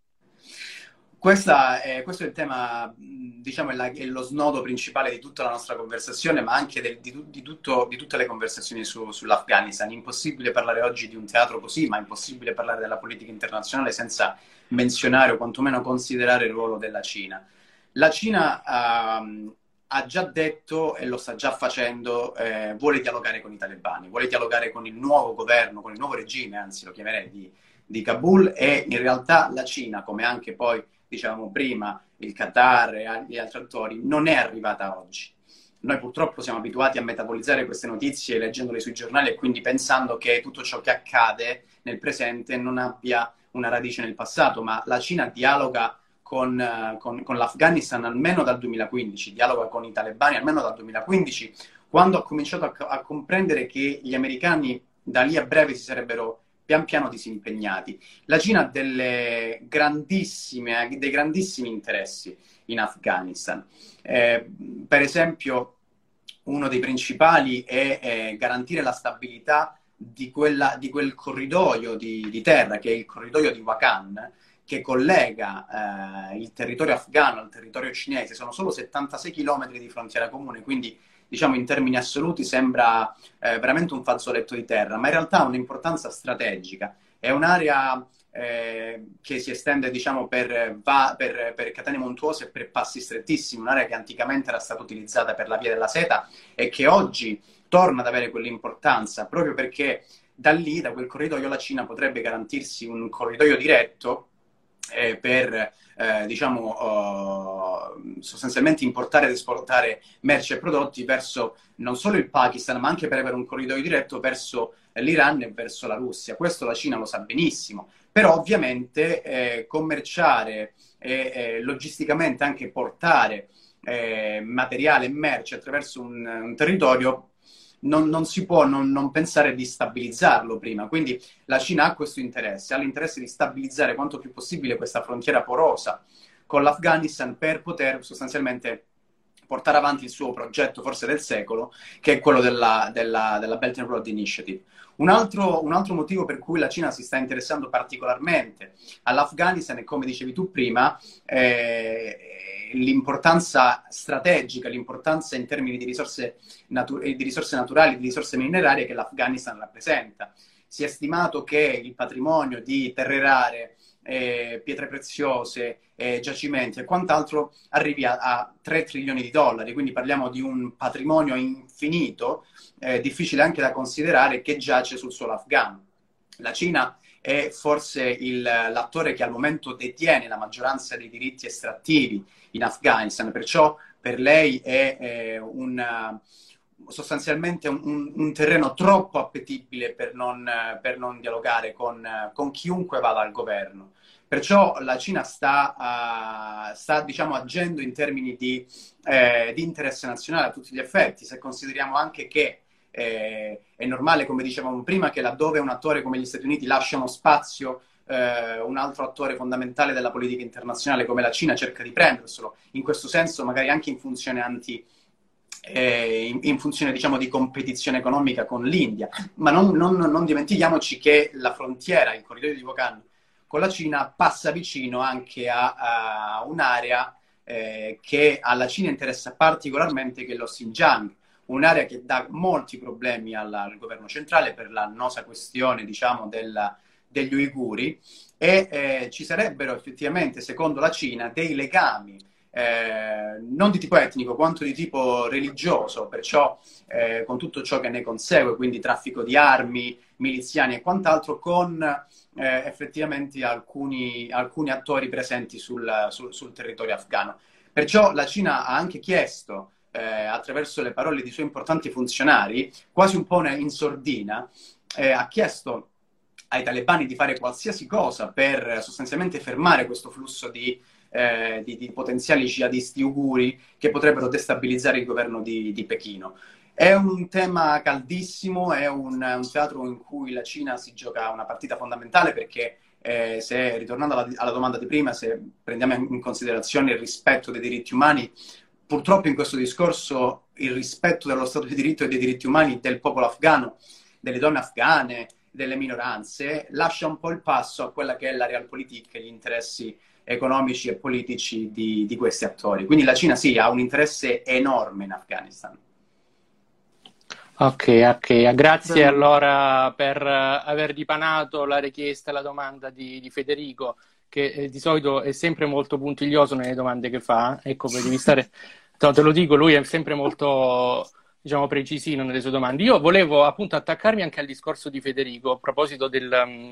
Questo è il tema, diciamo, è lo snodo principale di tutta la nostra conversazione, ma anche di tutte le conversazioni sull'Afghanistan. Impossibile parlare oggi di un teatro così, ma impossibile parlare della politica internazionale senza menzionare o quantomeno considerare il ruolo della Cina. La Cina ha già detto, e lo sta già facendo, vuole dialogare con i talebani, vuole dialogare con il nuovo governo, con il nuovo regime, anzi lo chiamerei di Kabul, e in realtà la Cina, come anche poi dicevamo prima, il Qatar e gli altri attori, non è arrivata oggi. Noi purtroppo siamo abituati a metabolizzare queste notizie leggendole sui giornali e quindi pensando che tutto ciò che accade nel presente non abbia una radice nel passato, ma la Cina dialoga con l'Afghanistan almeno dal 2015, dialoga con i talebani almeno dal 2015, quando ha cominciato a comprendere che gli americani da lì a breve si sarebbero pian piano disimpegnati. La Cina ha dei grandissimi interessi in Afghanistan. Per esempio, uno dei principali è garantire la stabilità di quel corridoio di terra, che è il corridoio di Wakhan, che collega il territorio afghano al territorio cinese. Sono solo 76 chilometri di frontiera comune, quindi diciamo in termini assoluti sembra veramente un fazzoletto di terra, ma in realtà ha un'importanza strategica. È un'area che si estende, diciamo, per catene montuose e per passi strettissimi, un'area che anticamente era stata utilizzata per la via della seta e che oggi torna ad avere quell'importanza, proprio perché da lì, da quel corridoio, la Cina potrebbe garantirsi un corridoio diretto per sostanzialmente importare ed esportare merci e prodotti verso non solo il Pakistan, ma anche per avere un corridoio diretto verso l'Iran e verso la Russia. Questo la Cina lo sa benissimo, però ovviamente commerciare e logisticamente anche portare materiale e merci attraverso un territorio non si può non pensare di stabilizzarlo prima. Quindi la Cina ha questo interesse, ha l'interesse di stabilizzare quanto più possibile questa frontiera porosa con l'Afghanistan per poter sostanzialmente portare avanti il suo progetto, forse del secolo, che è quello della Belt and Road Initiative. Un altro motivo per cui la Cina si sta interessando particolarmente all'Afghanistan è, come dicevi tu prima, l'importanza strategica, l'importanza in termini di risorse naturali, di risorse minerarie che l'Afghanistan rappresenta. Si è stimato che il patrimonio di terre rare, pietre preziose, giacimenti e quant'altro arrivi a 3 trilioni di dollari, quindi parliamo di un patrimonio infinito, difficile anche da considerare, che giace sul suolo afghano. La Cina è forse l'attore che al momento detiene la maggioranza dei diritti estrattivi in Afghanistan, perciò per lei è sostanzialmente un terreno troppo appetibile per non dialogare con chiunque vada al governo. Perciò la Cina sta diciamo, agendo in termini di interesse nazionale a tutti gli effetti, se consideriamo anche che è normale, come dicevamo prima, che laddove un attore come gli Stati Uniti lascia uno spazio, un altro attore fondamentale della politica internazionale come la Cina cerca di prenderselo, in questo senso magari anche in funzione in funzione diciamo di competizione economica con l'India, ma non dimentichiamoci che la frontiera, il corridoio di Wokan con la Cina passa vicino anche a un'area che alla Cina interessa particolarmente, che è lo Xinjiang, un'area che dà molti problemi al governo centrale per l'annosa questione diciamo degli uiguri, e ci sarebbero effettivamente, secondo la Cina, dei legami non di tipo etnico quanto di tipo religioso, perciò con tutto ciò che ne consegue, quindi traffico di armi, miliziani e quant'altro, con effettivamente alcuni attori presenti sul territorio afghano. Perciò la Cina ha anche chiesto, attraverso le parole di suoi importanti funzionari, quasi un po' in sordina, ha chiesto ai talebani di fare qualsiasi cosa per sostanzialmente fermare questo flusso di potenziali jihadisti uiguri che potrebbero destabilizzare il governo di Pechino. È un tema caldissimo, è un teatro in cui la Cina si gioca una partita fondamentale, perché se, ritornando alla domanda di prima, se prendiamo in considerazione il rispetto dei diritti umani, purtroppo in questo discorso il rispetto dello Stato di diritto e dei diritti umani del popolo afghano, delle donne afghane, delle minoranze, lascia un po' il passo a quella che è la realpolitik e gli interessi economici e politici di questi attori. Quindi la Cina sì, ha un interesse enorme in Afghanistan. Ok, grazie allora per aver dipanato la richiesta e la domanda di Federico, che di solito è sempre molto puntiglioso nelle domande che fa. Ecco, devi stare, no, te lo dico, lui è sempre molto, diciamo, precisino nelle sue domande. Io volevo appunto attaccarmi anche al discorso di Federico a proposito del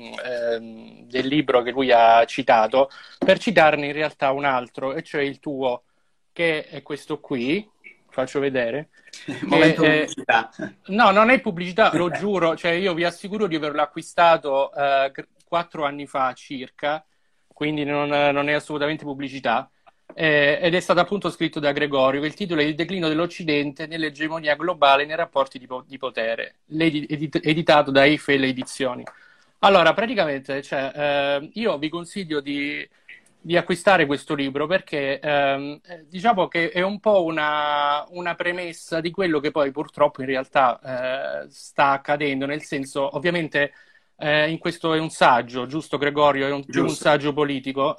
libro che lui ha citato, per citarne in realtà un altro, e cioè il tuo, che è questo qui. Faccio vedere. Momento pubblicità. No, non è pubblicità, lo giuro. Cioè, io vi assicuro di averlo acquistato 4 anni fa circa, quindi non è assolutamente pubblicità. Ed è stato appunto scritto da Gregorio. Il titolo è Il declino dell'Occidente nell'egemonia globale nei rapporti di potere, editato da Eiffel Edizioni. Allora, praticamente, cioè, io vi consiglio di acquistare questo libro, perché diciamo che è un po' una premessa di quello che poi purtroppo in realtà sta accadendo, nel senso, ovviamente in questo è un saggio, giusto Gregorio? È più un saggio politico.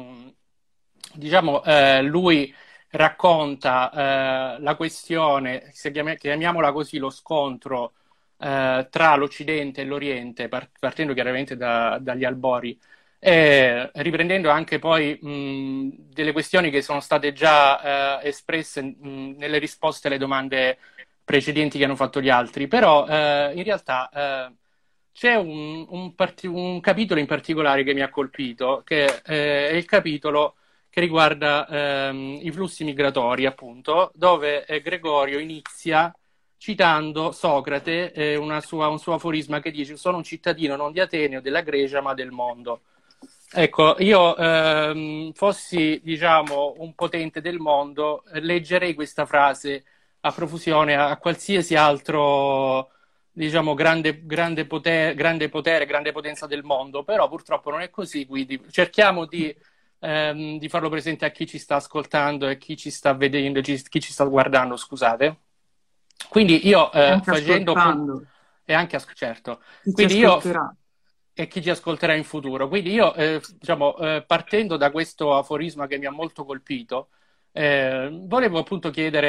Diciamo, lui racconta la questione, se chiamiamola così, lo scontro tra l'Occidente e l'Oriente, partendo chiaramente dagli albori, riprendendo anche poi delle questioni che sono state già espresse nelle risposte alle domande precedenti che hanno fatto gli altri. Però in realtà c'è un capitolo in particolare che mi ha colpito, che è il capitolo che riguarda i flussi migratori, appunto, dove Gregorio inizia citando Socrate, un suo aforisma che dice: sono un cittadino non di Atene o della Grecia ma del mondo. Ecco, io fossi, diciamo, un potente del mondo, leggerei questa frase a profusione a qualsiasi altro, diciamo, grande potere, grande potenza del mondo, però purtroppo non è così, quindi cerchiamo di farlo presente a chi ci sta ascoltando e chi ci sta vedendo, chi ci sta guardando, scusate. Quindi io facendo e anche certo, quindi io e chi ci ascolterà in futuro. Quindi io, diciamo, partendo da questo aforisma che mi ha molto colpito, volevo appunto chiedere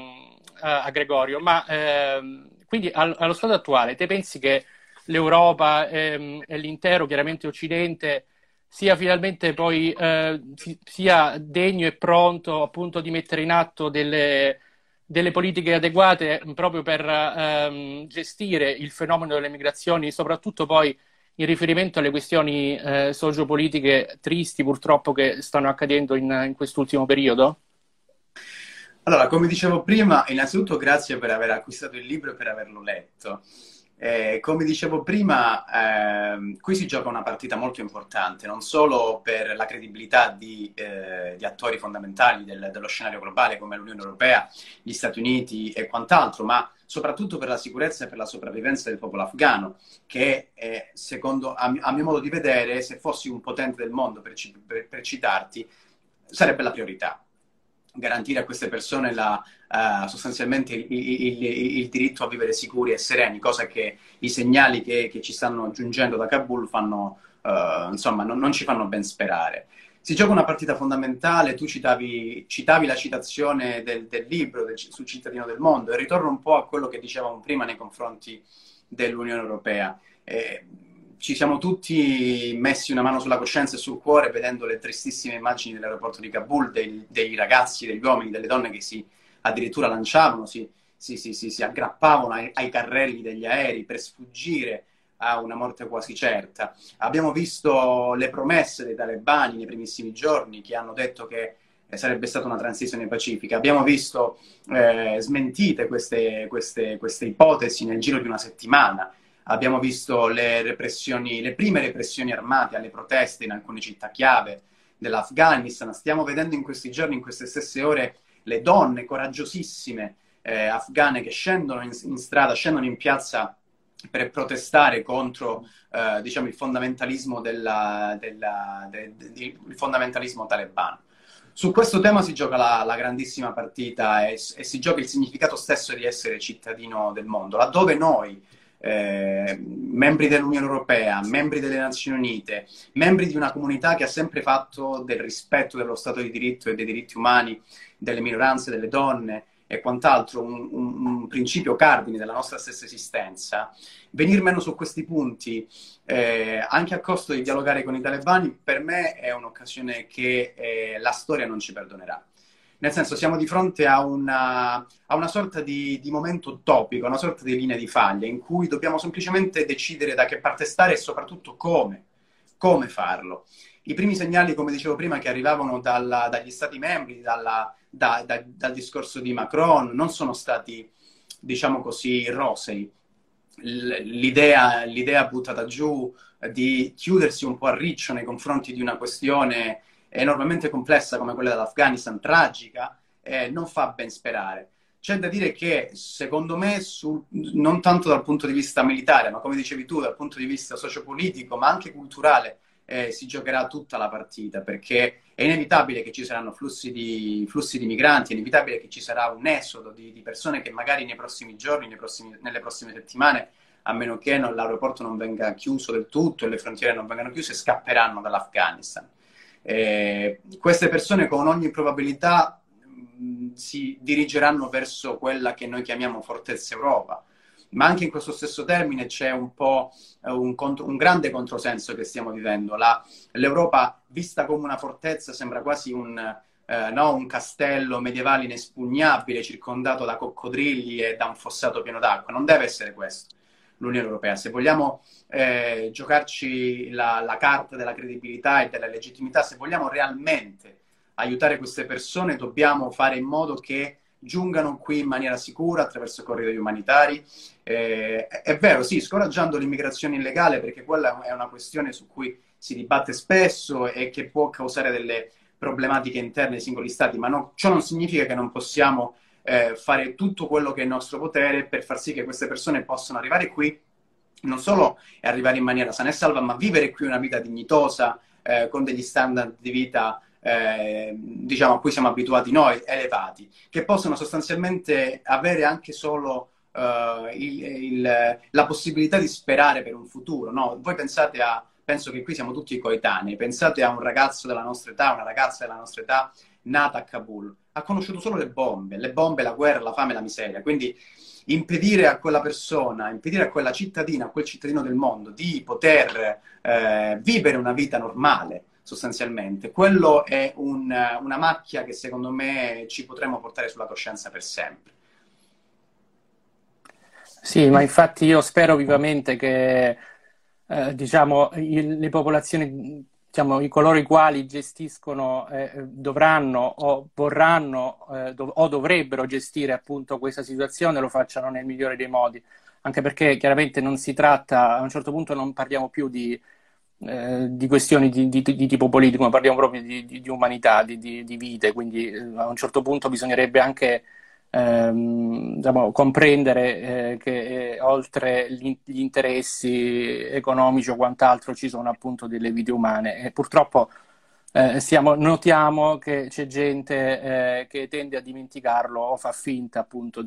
a Gregorio, ma quindi allo stato attuale, te pensi che l'Europa e l'intero, chiaramente, Occidente sia finalmente poi sia degno e pronto appunto di mettere in atto delle politiche adeguate proprio per gestire il fenomeno delle migrazioni, soprattutto poi in riferimento alle questioni sociopolitiche tristi purtroppo che stanno accadendo in quest'ultimo periodo? Allora, come dicevo prima, innanzitutto grazie per aver acquistato il libro e per averlo letto. Come dicevo prima, qui si gioca una partita molto importante, non solo per la credibilità di attori fondamentali dello scenario globale come l'Unione Europea, gli Stati Uniti e quant'altro, ma soprattutto per la sicurezza e per la sopravvivenza del popolo afghano, che secondo, a mio modo di vedere, se fossi un potente del mondo, per citarti, sarebbe la priorità. Garantire a queste persone sostanzialmente il diritto a vivere sicuri e sereni, cosa che i segnali che ci stanno giungendo da Kabul fanno, insomma, non ci fanno ben sperare. Si gioca una partita fondamentale, tu citavi la citazione del libro sul cittadino del mondo, e ritorno un po' a quello che dicevamo prima nei confronti dell'Unione Europea. Ci siamo tutti messi una mano sulla coscienza e sul cuore vedendo le tristissime immagini dell'aeroporto di Kabul, dei ragazzi, degli uomini, delle donne che si addirittura lanciavano, si aggrappavano ai carrelli degli aerei per sfuggire a una morte quasi certa. Abbiamo visto le promesse dei talebani nei primissimi giorni, che hanno detto che sarebbe stata una transizione pacifica. Abbiamo visto smentite queste ipotesi nel giro di una settimana. Abbiamo visto le prime repressioni armate alle proteste in alcune città chiave dell'Afghanistan. Stiamo vedendo in questi giorni, in queste stesse ore, le donne coraggiosissime afghane che scendono in strada, scendono in piazza per protestare contro diciamo, il fondamentalismo il fondamentalismo talebano. Su questo tema si gioca la grandissima partita e si gioca il significato stesso di essere cittadino del mondo, laddove noi, membri dell'Unione Europea, membri delle Nazioni Unite, membri di una comunità che ha sempre fatto del rispetto dello Stato di diritto e dei diritti umani, delle minoranze, delle donne e quant'altro, un principio cardine della nostra stessa esistenza, venir meno su questi punti, anche a costo di dialogare con i talebani, per me è un'occasione che la storia non ci perdonerà. Nel senso, siamo di fronte a una sorta di momento utopico, una sorta di linea di faglia, in cui dobbiamo semplicemente decidere da che parte stare e soprattutto come farlo. I primi segnali, come dicevo prima, che arrivavano dagli Stati membri, dal discorso di Macron, non sono stati, diciamo così, rosei. L'idea buttata giù di chiudersi un po' a riccio nei confronti di una questione enormemente complessa come quella dell'Afghanistan, tragica, non fa ben sperare. C'è da dire che, secondo me, non tanto dal punto di vista militare, ma come dicevi tu, dal punto di vista sociopolitico, ma anche culturale, si giocherà tutta la partita, perché è inevitabile che ci saranno flussi di migranti, è inevitabile che ci sarà un esodo di persone che magari nei prossimi giorni, nelle prossime settimane, a meno che l'aeroporto non venga chiuso del tutto e le frontiere non vengano chiuse, scapperanno dall'Afghanistan. Queste persone con ogni probabilità si dirigeranno verso quella che noi chiamiamo Fortezza Europa, ma anche in questo stesso termine c'è un po' un grande controsenso che stiamo vivendo. L'Europa, vista come una fortezza, sembra quasi un castello medievale inespugnabile, circondato da coccodrilli e da un fossato pieno d'acqua. Non deve essere questo l'Unione Europea. Se vogliamo giocarci la carta della credibilità e della legittimità, se vogliamo realmente aiutare queste persone, dobbiamo fare in modo che giungano qui in maniera sicura attraverso corridoi umanitari. È vero, sì, scoraggiando l'immigrazione illegale, perché quella è una questione su cui si dibatte spesso e che può causare delle problematiche interne ai singoli stati, ma ciò non significa che non possiamo fare tutto quello che è in nostro potere per far sì che queste persone possano arrivare qui, non solo arrivare in maniera sana e salva, ma vivere qui una vita dignitosa, con degli standard di vita diciamo a cui siamo abituati noi, elevati, che possono sostanzialmente avere anche solo la possibilità di sperare per un futuro, no? Voi penso che qui siamo tutti coetanei, pensate a un ragazzo della nostra età, una ragazza della nostra età nata a Kabul, ha conosciuto solo le bombe, la guerra, la fame, la miseria, quindi impedire a quella persona, impedire a quella cittadina, a quel cittadino del mondo di poter vivere una vita normale, sostanzialmente, quello è una macchia che secondo me ci potremmo portare sulla coscienza per sempre. Sì, ma infatti io spero vivamente che diciamo le popolazioni diciamo, coloro i quali gestiscono, dovranno o vorranno o dovrebbero gestire appunto questa situazione lo facciano nel migliore dei modi, anche perché chiaramente non si tratta, a un certo punto non parliamo più di questioni di tipo politico, ma parliamo proprio di umanità, di vite, quindi a un certo punto bisognerebbe anche diciamo, comprendere che oltre gli interessi economici o quant'altro ci sono appunto delle vite umane e purtroppo notiamo che c'è gente che tende a dimenticarlo o fa finta appunto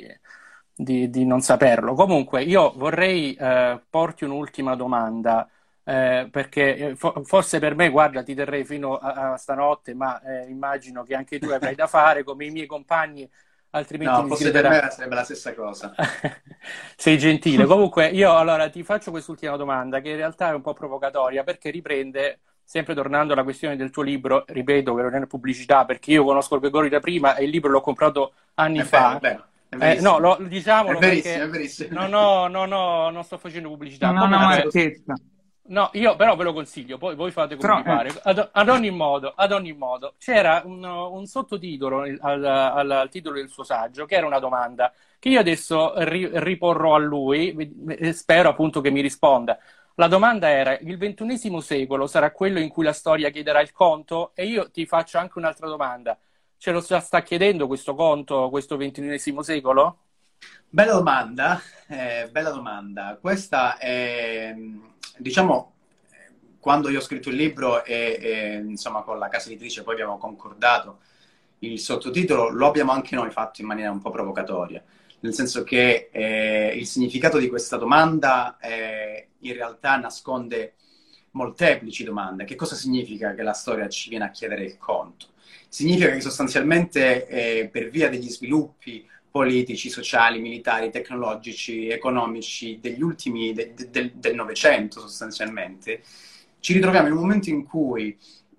di non saperlo. Comunque io vorrei porti un'ultima domanda. Perché forse per me, guarda, ti terrei fino a stanotte, ma immagino che anche tu avrai da fare come i miei compagni, altrimenti No, mi forse per sgriderà. me sarebbe la stessa cosa. Sei gentile. Comunque io allora ti faccio quest'ultima domanda che in realtà è un po' provocatoria perché riprende, sempre tornando alla questione del tuo libro, ripeto che non è pubblicità perché io conosco il Gregori da prima e il libro l'ho comprato anni fa. È vero, è No, verissimo. diciamolo È verissimo, perché è verissimo. non sto facendo pubblicità. Non è una Comunque, marchetta. no, io però ve lo consiglio, poi voi fate come Però, vi pare. Ad ogni modo, c'era un sottotitolo al titolo del suo saggio, che era una domanda, che io adesso riporrò a lui, e spero appunto che mi risponda. La domanda era, il XXI secolo sarà quello in cui la storia chiederà il conto? E io ti faccio anche un'altra domanda. Ce lo sta chiedendo questo conto, questo XXI secolo? Bella domanda, bella domanda. Questa è, diciamo, quando io ho scritto il libro insomma con la casa editrice poi abbiamo concordato il sottotitolo, lo abbiamo anche noi fatto in maniera un po' provocatoria, nel senso che il significato di questa domanda in realtà nasconde molteplici domande. Che cosa significa che la storia ci viene a chiedere il conto? Significa che sostanzialmente per via degli sviluppi politici, sociali, militari, tecnologici, economici degli ultimi del Novecento sostanzialmente, ci ritroviamo in un momento in cui,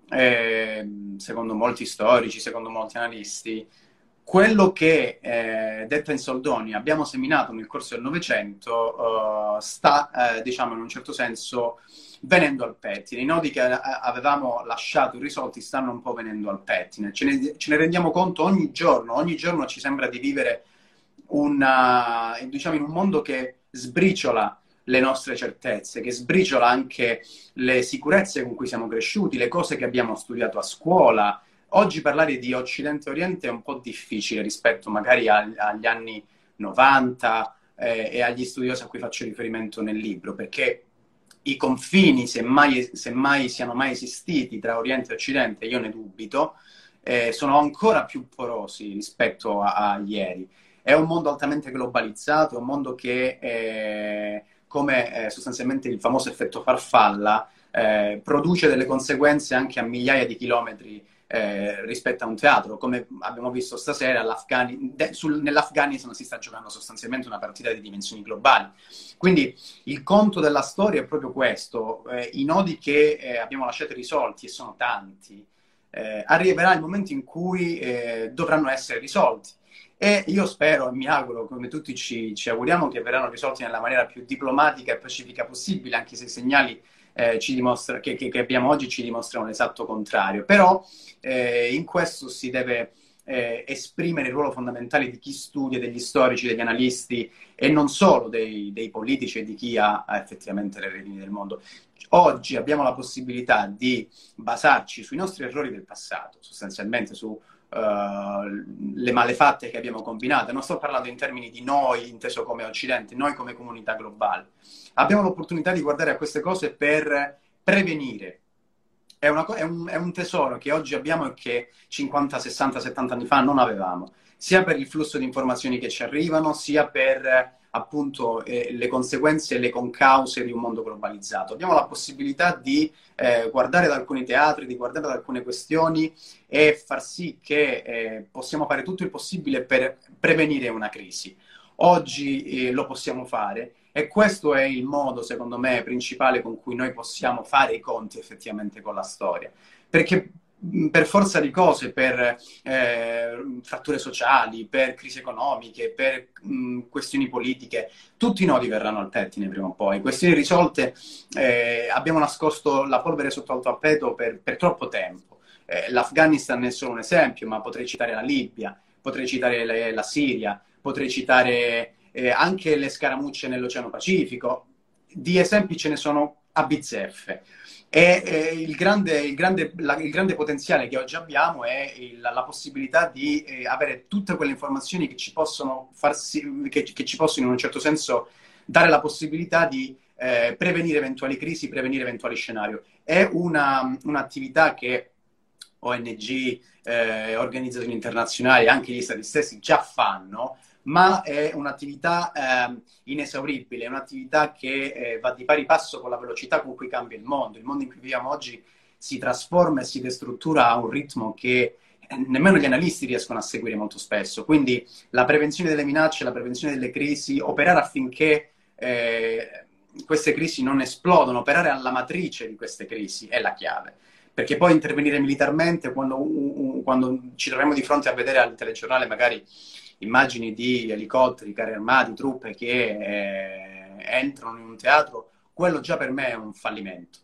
secondo molti storici, secondo molti analisti, quello che, detta in soldoni, abbiamo seminato nel corso del Novecento sta, diciamo, in un certo senso venendo al pettine. I nodi che avevamo lasciato irrisolti stanno un po' venendo al pettine. Ce ne rendiamo conto ogni giorno ci sembra di vivere diciamo, in un mondo che sbriciola le nostre certezze, che sbriciola anche le sicurezze con cui siamo cresciuti, le cose che abbiamo studiato a scuola. Oggi parlare di Occidente e Oriente è un po' difficile rispetto magari agli anni 90 e agli studiosi a cui faccio riferimento nel libro, perché i confini, se mai siano mai esistiti tra Oriente e Occidente, io ne dubito, sono ancora più porosi rispetto a ieri. È un mondo altamente globalizzato, è un mondo che, come sostanzialmente il famoso effetto farfalla, produce delle conseguenze anche a migliaia di chilometri rispetto a un teatro, come abbiamo visto stasera nell'Afghanistan si sta giocando sostanzialmente una partita di dimensioni globali. Quindi il conto della storia è proprio questo, i nodi che abbiamo lasciato irrisolti, e sono tanti, arriverà il momento in cui dovranno essere risolti. E io spero e mi auguro, come tutti ci auguriamo, che verranno risolti nella maniera più diplomatica e pacifica possibile, anche se i segnali che abbiamo oggi ci dimostrano l'esatto contrario. Però in questo si deve esprimere il ruolo fondamentale di chi studia, degli storici, degli analisti e non solo dei politici e di chi ha effettivamente le redini del mondo. Oggi abbiamo la possibilità di basarci sui nostri errori del passato, sostanzialmente su le malefatte che abbiamo combinato. Non sto parlando in termini di noi, inteso come Occidente, noi come comunità globale. Abbiamo l'opportunità di guardare a queste cose per prevenire. È un tesoro che oggi abbiamo e che 50, 60, 70 anni fa non avevamo, sia per il flusso di informazioni che ci arrivano, sia per appunto le conseguenze e le concause di un mondo globalizzato. Abbiamo la possibilità di guardare da alcuni teatri, di guardare da alcune questioni e far sì che possiamo fare tutto il possibile per prevenire una crisi. Oggi lo possiamo fare e questo è il modo, secondo me, principale con cui noi possiamo fare i conti effettivamente con la storia. Perché per forza di cose, per fratture sociali, per crisi economiche, per questioni politiche, tutti i nodi verranno al pettine prima o poi. Questioni risolte, abbiamo nascosto la polvere sotto al tappeto per troppo tempo. L'Afghanistan è solo un esempio, ma potrei citare la Libia, potrei citare la Siria, potrei citare anche le scaramucce nell'Oceano Pacifico. Di esempi ce ne sono a bizzeffe. E il grande potenziale che oggi abbiamo è la possibilità di avere tutte quelle informazioni che ci possono che ci possono in un certo senso dare la possibilità di prevenire eventuali crisi, prevenire eventuali scenari. È un'attività che ONG, organizzazioni internazionali, anche gli stati stessi già fanno, ma è un'attività inesauribile, è un'attività che va di pari passo con la velocità con cui cambia il mondo. Il mondo in cui viviamo oggi si trasforma e si destruttura a un ritmo che nemmeno gli analisti riescono a seguire molto spesso. Quindi la prevenzione delle minacce, la prevenzione delle crisi, operare affinché queste crisi non esplodono, operare alla matrice di queste crisi è la chiave. Perché poi intervenire militarmente, quando ci troviamo di fronte a vedere al telegiornale magari immagini di elicotteri, carri armati, truppe che entrano in un teatro, quello già per me è un fallimento.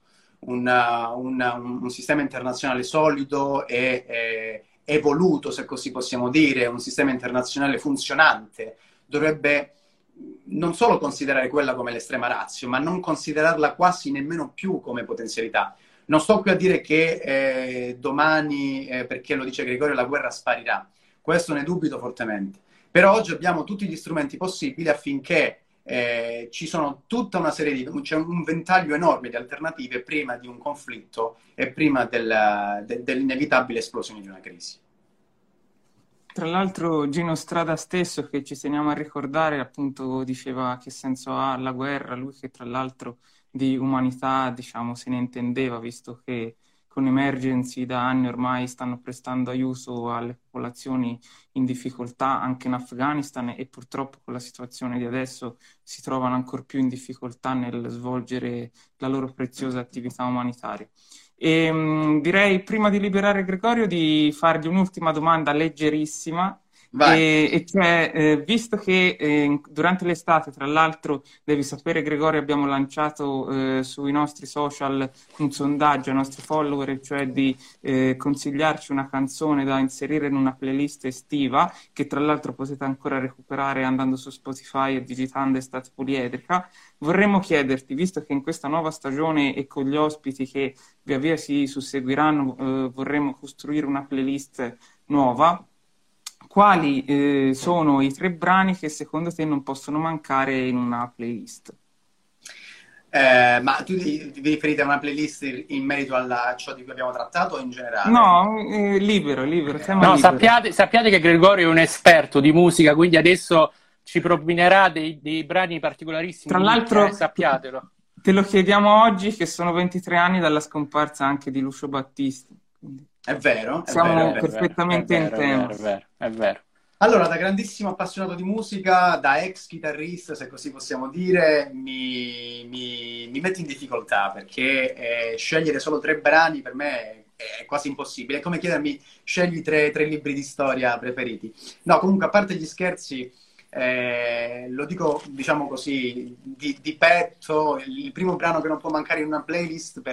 Un sistema internazionale solido e evoluto, se così possiamo dire, un sistema internazionale funzionante, dovrebbe non solo considerare quella come l'estrema ratio, ma non considerarla quasi nemmeno più come potenzialità. Non sto qui a dire che domani, perché lo dice Gregorio, la guerra sparirà. Questo ne dubito fortemente. Però oggi abbiamo tutti gli strumenti possibili affinché ci sono tutta una serie c'è un ventaglio enorme di alternative prima di un conflitto e prima dell'inevitabile esplosione di una crisi. Tra l'altro Gino Strada stesso, che ci teniamo a ricordare, appunto diceva che senso ha la guerra, lui che tra l'altro di umanità, diciamo, se ne intendeva, visto che con Emergency da anni ormai stanno prestando aiuto alle popolazioni in difficoltà anche in Afghanistan, e purtroppo con la situazione di adesso si trovano ancor più in difficoltà nel svolgere la loro preziosa attività umanitaria. E direi, prima di liberare Gregorio, di fargli un'ultima domanda leggerissima. E cioè, visto che durante l'estate, tra l'altro, devi sapere, Gregorio, abbiamo lanciato sui nostri social un sondaggio ai nostri follower, cioè di consigliarci una canzone da inserire in una playlist estiva, che tra l'altro potete ancora recuperare andando su Spotify e digitando Estate Poliedrica. Vorremmo chiederti, visto che in questa nuova stagione e con gli ospiti che via via si susseguiranno vorremmo costruire una playlist nuova, quali sono i 3 brani che secondo te non possono mancare in una playlist? Ma tu ti riferite a una playlist in merito a ciò di cui abbiamo trattato o in generale? No, libero. No, sappiate che Gregorio è un esperto di musica, quindi adesso ci propinerà dei brani particolarissimi. Tra l'altro, sappiatelo. Te lo chiediamo oggi, che sono 23 anni dalla scomparsa anche di Lucio Battisti. Quindi è vero. Siamo perfettamente in tema. È vero. Allora, da grandissimo appassionato di musica, da ex chitarrista, se così possiamo dire, mi mette in difficoltà, perché scegliere solo 3 brani per me è quasi impossibile. È come chiedermi scegli 3 libri di storia preferiti. No, comunque, a parte gli scherzi, lo dico, diciamo così, di petto, il primo brano che non può mancare in una playlist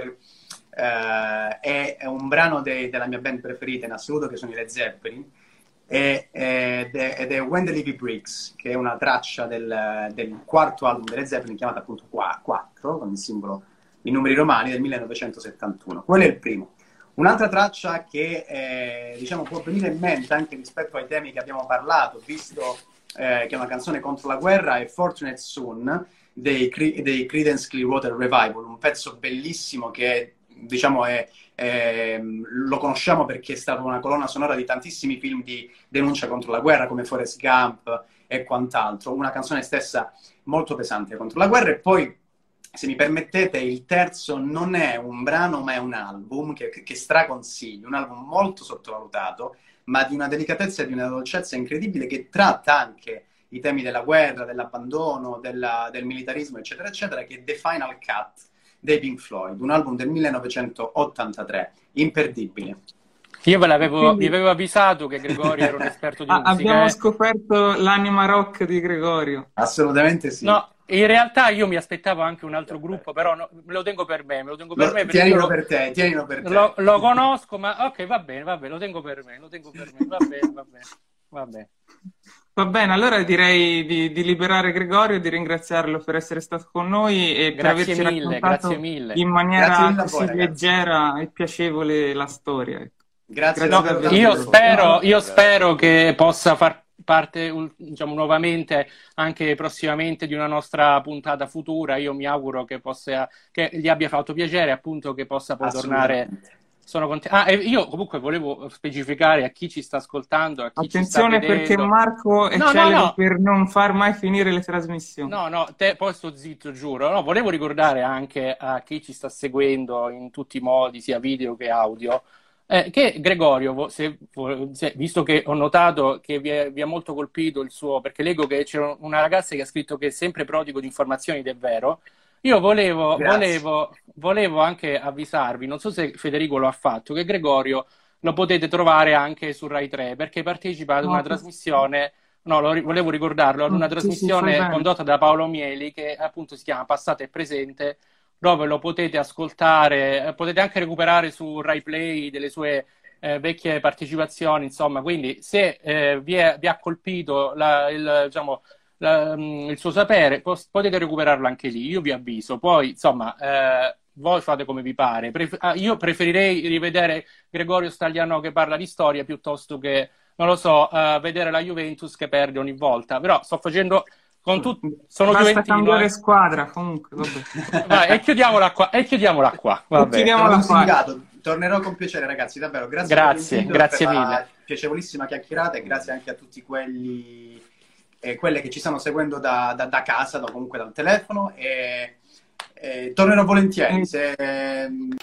è un brano della mia band preferita in assoluto, che sono i Led Zeppelin, ed è When the Levee Breaks, che è una traccia del quarto album delle Zeppelin, chiamata appunto 4, con il simbolo, i numeri romani, del 1971. Quello è il primo. Un'altra traccia che diciamo può venire in mente anche rispetto ai temi che abbiamo parlato, visto che è una canzone contro la guerra, è Fortunate Son dei Creedence Clearwater Revival, un pezzo bellissimo che diciamo lo conosciamo perché è stata una colonna sonora di tantissimi film di denuncia contro la guerra, come Forrest Gump e quant'altro. Una canzone stessa molto pesante contro la guerra. E poi, se mi permettete, il terzo non è un brano ma è un album che straconsiglio, un album molto sottovalutato, ma di una delicatezza e di una dolcezza incredibile, che tratta anche i temi della guerra, dell'abbandono, del militarismo, eccetera, eccetera, che è The Final Cut dei Pink Floyd, un album del 1983, imperdibile. Io vi Quindi avevo avvisato che Gregorio era un esperto di musica. abbiamo scoperto l'anima rock di Gregorio. Assolutamente sì. No, in realtà io mi aspettavo anche un altro gruppo, però me lo tengo per me, perché Tienilo io per te, tienilo per te. lo conosco, ma ok, va bene, lo tengo per me, va bene. Va bene, allora direi di liberare Gregorio, di ringraziarlo per essere stato con noi e per averci raccontato grazie mille. in Grazie maniera mille a così voi, ragazzi. leggera e piacevole la storia. Ecco. Grazie Grazie davvero davvero. Io spero che possa far parte, diciamo, nuovamente, anche prossimamente, di una nostra puntata futura. Io mi auguro che gli abbia fatto piacere, appunto, che possa poi tornare. Assolutamente. Sono contento. E io comunque volevo specificare a chi ci sta ascoltando, a chi ci sta Attenzione perché vedendo. Marco è No, celebre per non far mai finire le trasmissioni. No, poi sto zitto, giuro. No, volevo ricordare anche a chi ci sta seguendo in tutti i modi, sia video che audio, che Gregorio, visto che ho notato che vi ha molto colpito il suo, perché leggo che c'è una ragazza che ha scritto che è sempre prodigo di informazioni ed è vero. Io volevo anche avvisarvi, non so se Federico lo ha fatto, che Gregorio lo potete trovare anche su Rai 3, perché partecipa ad una trasmissione, volevo ricordarlo, ad una trasmissione condotta da Paolo Mieli, che appunto si chiama Passato e Presente, dove lo potete ascoltare, potete anche recuperare su Rai Play delle sue vecchie partecipazioni, insomma, quindi se vi ha colpito il suo sapere, potete recuperarlo anche lì, io vi avviso. Poi, insomma, voi fate come vi pare. Io preferirei rivedere Gregorio Stagliano che parla di storia piuttosto che, non lo so, vedere la Juventus che perde ogni volta. Però sto facendo sono Basta giuventino. cambiare squadra, comunque, vabbè. Vai, e chiudiamola qua. Vabbè. Tornerò con piacere, ragazzi, davvero. Grazie mille. La piacevolissima chiacchierata e grazie anche a tutti quelli e quelle che ci stanno seguendo da casa, comunque dal telefono, e tornerò volentieri. Se